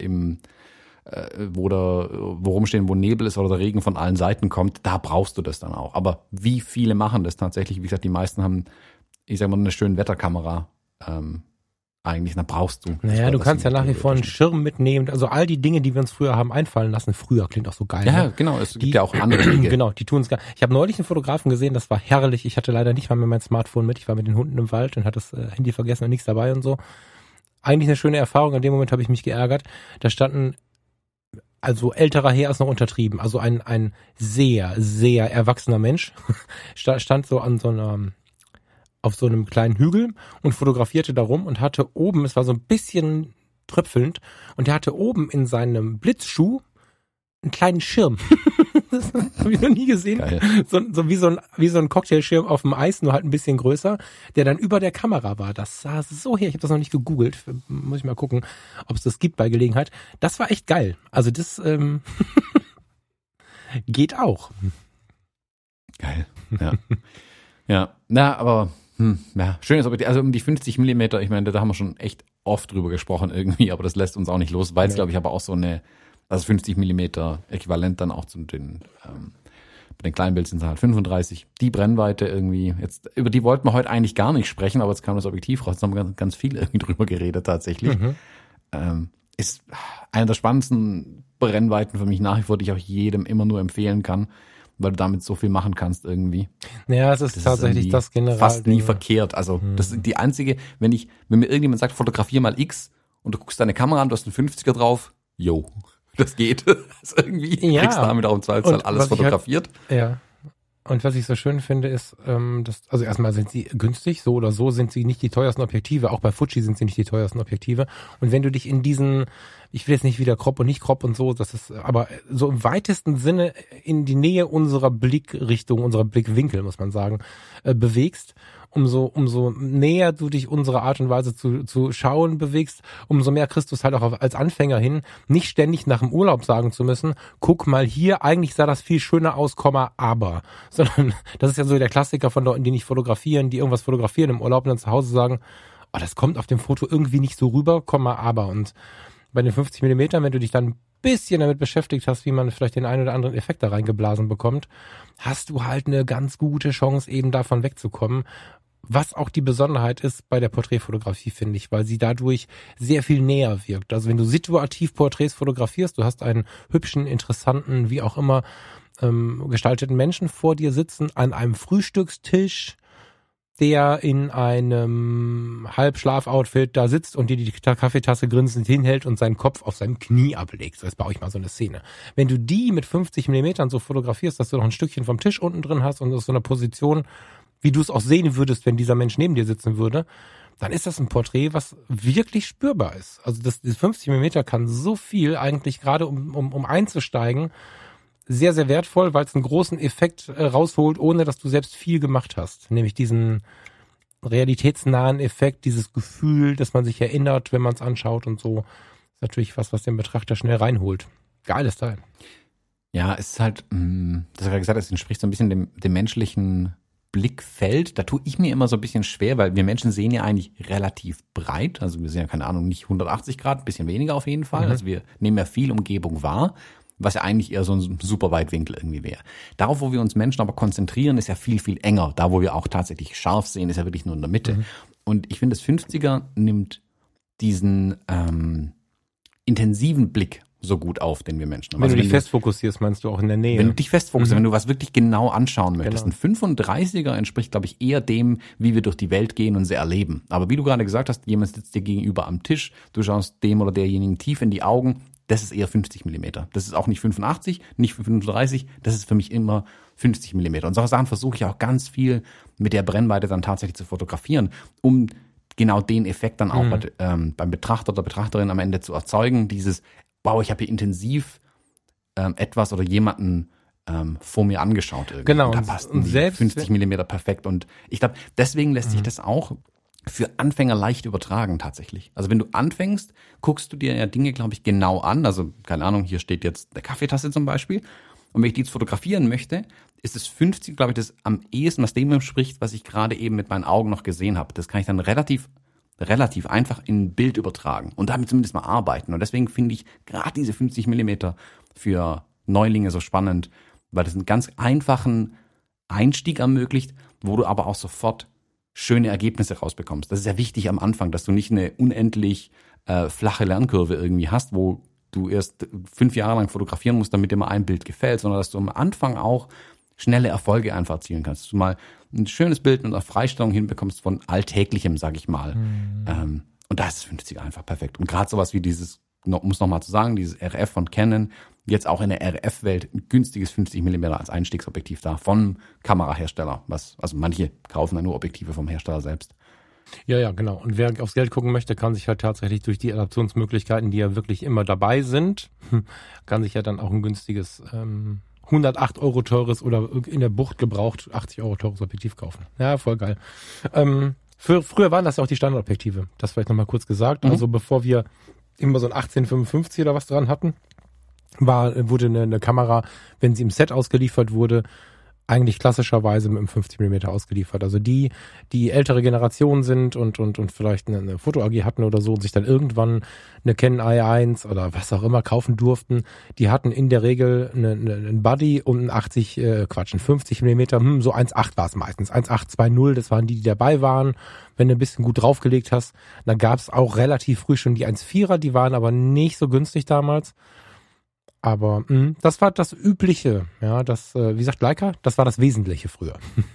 wo rumstehen, wo Nebel ist oder der Regen von allen Seiten kommt, da brauchst du das dann auch. Aber wie viele machen das tatsächlich? Wie gesagt, die meisten haben, ich sag mal, eine schöne Wetterkamera eigentlich, da brauchst du. Naja, du kannst ja nach wie vor einen Schirm mitnehmen. Also all die Dinge, die wir uns früher haben einfallen lassen. Früher klingt auch so geil. Ja, ne? Genau. Es gibt ja auch andere Dinge. Genau, die tun es gar nicht. Ich habe neulich einen Fotografen gesehen, das war herrlich. Ich hatte leider nicht mal mein Smartphone mit. Ich war mit den Hunden im Wald und hatte das Handy vergessen und nichts dabei und so. Eigentlich eine schöne Erfahrung. In dem Moment habe ich mich geärgert. Da standen also älterer Herr ist noch untertrieben, also ein sehr, sehr erwachsener Mensch, stand so auf so einem kleinen Hügel und fotografierte da rum und hatte oben, es war so ein bisschen tröpfelnd, und der hatte oben in seinem Blitzschuh einen kleinen Schirm. Das habe ich noch nie gesehen. Geil. So wie so ein Cocktailschirm auf dem Eis, nur halt ein bisschen größer, der dann über der Kamera war. Das sah so her. Ich habe das noch nicht gegoogelt. Muss ich mal gucken, ob es das gibt bei Gelegenheit. Das war echt geil. Also das geht auch. Geil. Ja. Ja. Na, aber ja, schön ist, also um die 50 Millimeter, ich meine, da haben wir schon echt oft drüber gesprochen irgendwie, aber das lässt uns auch nicht los, weil es, glaube ich, aber auch so also 50 Millimeter äquivalent dann auch zu den, bei den kleinen Bild sind es halt 35. Die Brennweite irgendwie, jetzt, über die wollten wir heute eigentlich gar nicht sprechen, aber jetzt kam das Objektiv raus, jetzt haben wir ganz viel irgendwie drüber geredet tatsächlich. Ist eine der spannendsten Brennweiten für mich nach wie vor, die ich auch jedem immer nur empfehlen kann, weil du damit so viel machen kannst irgendwie. Ja, es ist tatsächlich das General. Fast nie verkehrt. Also das ist die einzige, wenn mir irgendjemand sagt, fotografier mal X und du guckst deine Kamera an, du hast einen 50er drauf, yo, das geht. Das ist irgendwie, du kriegst damit auch im Zweifelsfall alles fotografiert. Ja. Und was ich so schön finde, ist, also erstmal sind sie günstig, so oder so sind sie nicht die teuersten Objektive. Auch bei Fuji sind sie nicht die teuersten Objektive. Und wenn du dich in diesen, ich will jetzt nicht wieder Crop und nicht Crop und so, das ist, aber so im weitesten Sinne in die Nähe unserer Blickrichtung, unserer Blickwinkel, muss man sagen, bewegst, umso näher du dich unserer Art und Weise zu schauen bewegst, umso mehr kriegst du es halt auch als Anfänger hin, nicht ständig nach dem Urlaub sagen zu müssen, guck mal hier, eigentlich sah das viel schöner aus, aber. Sondern das ist ja so der Klassiker von Leuten, die nicht fotografieren, die irgendwas fotografieren im Urlaub und dann zu Hause sagen, oh, das kommt auf dem Foto irgendwie nicht so rüber, aber. Und bei den 50 Millimetern, wenn du dich dann ein bisschen damit beschäftigt hast, wie man vielleicht den einen oder anderen Effekt da reingeblasen bekommt, hast du halt eine ganz gute Chance, eben davon wegzukommen. Was auch die Besonderheit ist bei der Porträtfotografie, finde ich, weil sie dadurch sehr viel näher wirkt. Also wenn du situativ Porträts fotografierst, du hast einen hübschen, interessanten, wie auch immer, gestalteten Menschen vor dir sitzen an einem Frühstückstisch, der in einem Halbschlafoutfit da sitzt und dir die Kaffeetasse grinsend hinhält und seinen Kopf auf seinem Knie ablegt. So ist bei euch mal so eine Szene. Wenn du die mit 50 Millimetern so fotografierst, dass du noch ein Stückchen vom Tisch unten drin hast und aus so einer Position, wie du es auch sehen würdest, wenn dieser Mensch neben dir sitzen würde, dann ist das ein Porträt, was wirklich spürbar ist. Also das 50 Millimeter kann so viel eigentlich gerade, um einzusteigen, sehr, sehr wertvoll, weil es einen großen Effekt rausholt, ohne dass du selbst viel gemacht hast. Nämlich diesen realitätsnahen Effekt, dieses Gefühl, dass man sich erinnert, wenn man es anschaut und so. Ist natürlich was den Betrachter schnell reinholt. Geiles Teil. Ja, es ist halt, das habe ich ja gesagt, es entspricht so ein bisschen dem menschlichen Blickfeld. Da tue ich mir immer so ein bisschen schwer, weil wir Menschen sehen ja eigentlich relativ breit. Also wir sehen ja, keine Ahnung, nicht 180 Grad, ein bisschen weniger auf jeden Fall. Also wir nehmen ja viel Umgebung wahr, was ja eigentlich eher so ein super Weitwinkel irgendwie wäre. Darauf, wo wir uns Menschen aber konzentrieren, ist ja viel, viel enger. Da, wo wir auch tatsächlich scharf sehen, ist ja wirklich nur in der Mitte. Und ich finde, das 50er nimmt diesen intensiven Blick so gut auf, den wir Menschen haben. Wenn du dich fest fokussierst, meinst du auch in der Nähe? Wenn du dich fest fokussierst, wenn du was wirklich genau anschauen möchtest. Genau. Ein 35er entspricht, glaube ich, eher dem, wie wir durch die Welt gehen und sie erleben. Aber wie du gerade gesagt hast, jemand sitzt dir gegenüber am Tisch, du schaust dem oder derjenigen tief in die Augen, das ist eher 50 Millimeter. Das ist auch nicht 85, nicht 35, das ist für mich immer 50 Millimeter. Und solche Sachen versuche ich auch ganz viel mit der Brennweite dann tatsächlich zu fotografieren, um genau den Effekt dann auch beim Betrachter oder Betrachterin am Ende zu erzeugen, dieses wow, ich habe hier intensiv etwas oder jemanden vor mir angeschaut. Irgendwie. Genau. Und da passten die 50 Millimeter perfekt. Und ich glaube, deswegen lässt sich das auch für Anfänger leicht übertragen tatsächlich. Also wenn du anfängst, guckst du dir ja Dinge, glaube ich, genau an. Also keine Ahnung, hier steht jetzt eine Kaffeetasse zum Beispiel. Und wenn ich die jetzt fotografieren möchte, ist das 50, glaube ich, das am ehesten, was dem entspricht, was ich gerade eben mit meinen Augen noch gesehen habe. Das kann ich dann relativ einfach in ein Bild übertragen und damit zumindest mal arbeiten. Und deswegen finde ich gerade diese 50 Millimeter für Neulinge so spannend, weil das einen ganz einfachen Einstieg ermöglicht, wo du aber auch sofort schöne Ergebnisse rausbekommst. Das ist ja wichtig am Anfang, dass du nicht eine unendlich flache Lernkurve irgendwie hast, wo du erst 5 Jahre lang fotografieren musst, damit dir mal ein Bild gefällt, sondern dass du am Anfang auch schnelle Erfolge einfach erzielen kannst. Dass du mal ein schönes Bild mit einer Freistellung hinbekommst von Alltäglichem, sag ich mal. Und da ist 50 einfach perfekt. Und gerade sowas wie dieses muss noch mal zu sagen, dieses RF von Canon, jetzt auch in der RF-Welt ein günstiges 50mm als Einstiegsobjektiv da vom Kamerahersteller. Also manche kaufen dann nur Objektive vom Hersteller selbst. Ja, genau. Und wer aufs Geld gucken möchte, kann sich halt tatsächlich durch die Adaptionsmöglichkeiten, die ja wirklich immer dabei sind, kann sich ja dann auch ein günstiges 108 Euro teures oder in der Bucht gebraucht 80 Euro teures Objektiv kaufen. Ja, voll geil. Früher waren das ja auch die Standardobjektive. Das vielleicht nochmal kurz gesagt. Also bevor wir immer so ein 1855 oder was dran hatten, wurde eine Kamera, wenn sie im Set ausgeliefert wurde, eigentlich klassischerweise mit einem 50mm ausgeliefert. Also die ältere Generation sind und vielleicht eine Foto-AG hatten oder so und sich dann irgendwann eine Canon i1 oder was auch immer kaufen durften, die hatten in der Regel einen Buddy und ein 50mm, so 1.8 war es meistens. 1.820, das waren die dabei waren. Wenn du ein bisschen gut draufgelegt hast, dann gab es auch relativ früh schon die 1.4er, die waren aber nicht so günstig damals. Aber das war das Übliche, ja, wie sagt Leica, das war das Wesentliche früher.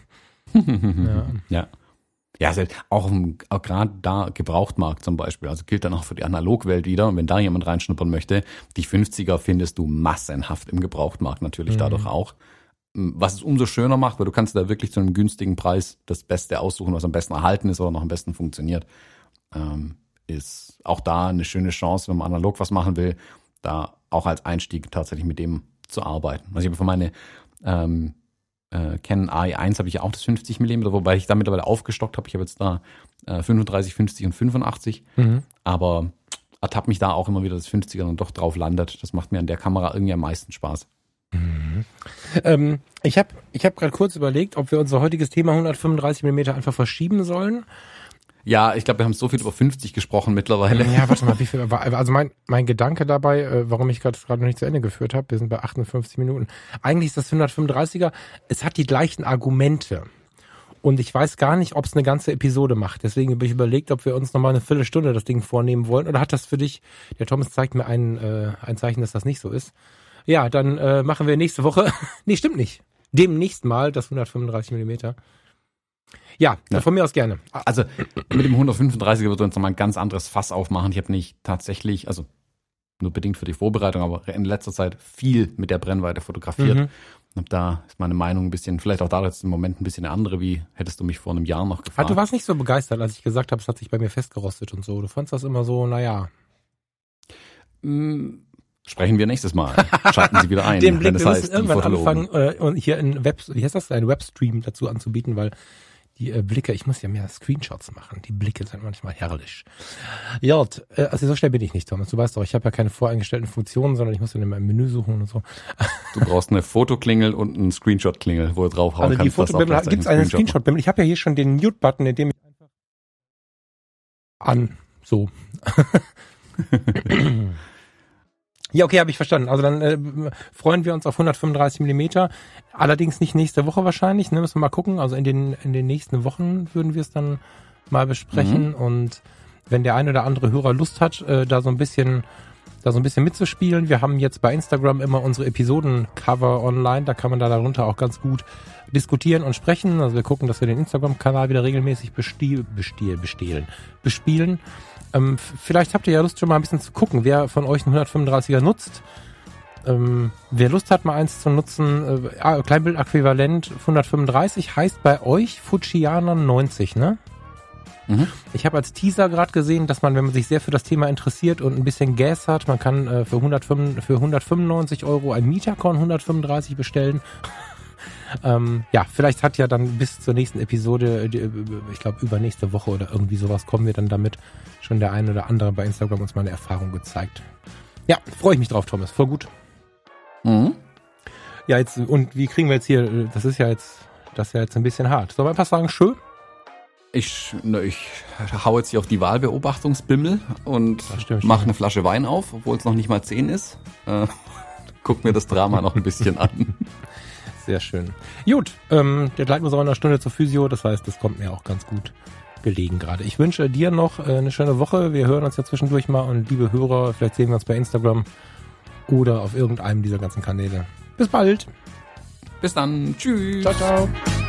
Ja, also auch gerade da Gebrauchtmarkt zum Beispiel, also gilt dann auch für die Analogwelt wieder. Und wenn da jemand reinschnuppern möchte, die 50er findest du massenhaft im Gebrauchtmarkt natürlich dadurch auch. Was es umso schöner macht, weil du kannst da wirklich zu einem günstigen Preis das Beste aussuchen, was am besten erhalten ist oder noch am besten funktioniert. Ist auch da eine schöne Chance, wenn man analog was machen will, da auch als Einstieg tatsächlich mit dem zu arbeiten. Also ich habe für meine Canon i1 habe ich ja auch das 50mm, wobei ich da mittlerweile aufgestockt habe. Ich habe jetzt da 35, 50 und 85. Aber ertappt mich da auch immer wieder, dass 50er dann doch drauf landet. Das macht mir an der Kamera irgendwie am meisten Spaß. Ich hab gerade kurz überlegt, ob wir unser heutiges Thema 135mm einfach verschieben sollen. Ja, ich glaube, wir haben so viel über 50 gesprochen mittlerweile. Ja, warte mal, wie viel war, also mein Gedanke dabei, warum ich gerade noch nicht zu Ende geführt habe, wir sind bei 58 Minuten. Eigentlich ist das 135er, es hat die gleichen Argumente. Und ich weiß gar nicht, ob es eine ganze Episode macht. Deswegen habe ich überlegt, ob wir uns nochmal eine Viertelstunde das Ding vornehmen wollen. Oder hat das für dich, der Thomas zeigt mir ein Zeichen, dass das nicht so ist. Ja, dann machen wir nächste Woche, nee, stimmt nicht, demnächst mal das 135mm. Ja, von mir aus gerne. Also mit dem 135er wird uns nochmal ein ganz anderes Fass aufmachen. Ich habe nicht tatsächlich, also nur bedingt für die Vorbereitung, aber in letzter Zeit viel mit der Brennweite fotografiert. Und da ist meine Meinung ein bisschen, vielleicht auch da jetzt im Moment ein bisschen eine andere. Wie hättest du mich vor einem Jahr noch gefragt? Du warst nicht so begeistert, als ich gesagt habe, es hat sich bei mir festgerostet und so. Du fandst das immer so, naja. Sprechen wir nächstes Mal. Schalten Sie wieder ein. Den Blick, wir müssen irgendwann anfangen und hier einen Webstream dazu anzubieten, weil die Blicke, ich muss ja mehr Screenshots machen. Die Blicke sind manchmal herrlich. Ja, also so schnell bin ich nicht, Thomas. Du weißt doch, ich habe ja keine voreingestellten Funktionen, sondern ich muss dann in meinem Menü suchen und so. Du brauchst eine Fotoklingel und einen Screenshot-Klingel, wo du draufhauen kannst. Also die Fotobimmel, gibt es einen Screenshot-Bimmel? Ich habe ja hier schon den Mute-Button, in dem ich einfach so. Ja, okay, habe ich verstanden. Also dann freuen wir uns auf 135mm. Allerdings nicht nächste Woche wahrscheinlich. Ne? Müssen wir mal gucken. Also in den nächsten Wochen würden wir es dann mal besprechen. Und wenn der ein oder andere Hörer Lust hat, da so ein bisschen mitzuspielen. Wir haben jetzt bei Instagram immer unsere Episodencover online. Da kann man da darunter auch ganz gut diskutieren und sprechen. Also wir gucken, dass wir den Instagram-Kanal wieder regelmäßig bespielen. Vielleicht habt ihr ja Lust, schon mal ein bisschen zu gucken, wer von euch einen 135er nutzt. Wer Lust hat, mal eins zu nutzen, Kleinbild-Äquivalent 135 heißt bei euch Fujiana 90, ne? Ich habe als Teaser gerade gesehen, dass man, wenn man sich sehr für das Thema interessiert und ein bisschen Gas hat, man kann für 195 Euro ein Mitacorn 135 bestellen. Ja, vielleicht hat ja dann bis zur nächsten Episode, ich glaube übernächste Woche oder irgendwie sowas, kommen wir dann damit schon der ein oder andere bei Instagram uns mal eine Erfahrung gezeigt. Ja, freue ich mich drauf, Thomas. Voll gut. Ja, jetzt, und wie kriegen wir jetzt hier, das ist ja jetzt ein bisschen hart. Sollen wir einfach sagen, schön? Ich hau jetzt hier auf die Wahlbeobachtungsbimmel und mache eine Flasche Wein auf, obwohl es noch nicht mal 10 ist. Guck mir das Drama noch ein bisschen an. Sehr schön. Gut, der Gleit muss auch in einer Stunde zur Physio, das heißt, das kommt mir auch ganz gut gelegen gerade. Ich wünsche dir noch eine schöne Woche. Wir hören uns ja zwischendurch mal und liebe Hörer, vielleicht sehen wir uns bei Instagram oder auf irgendeinem dieser ganzen Kanäle. Bis bald. Bis dann. Tschüss. Ciao, ciao.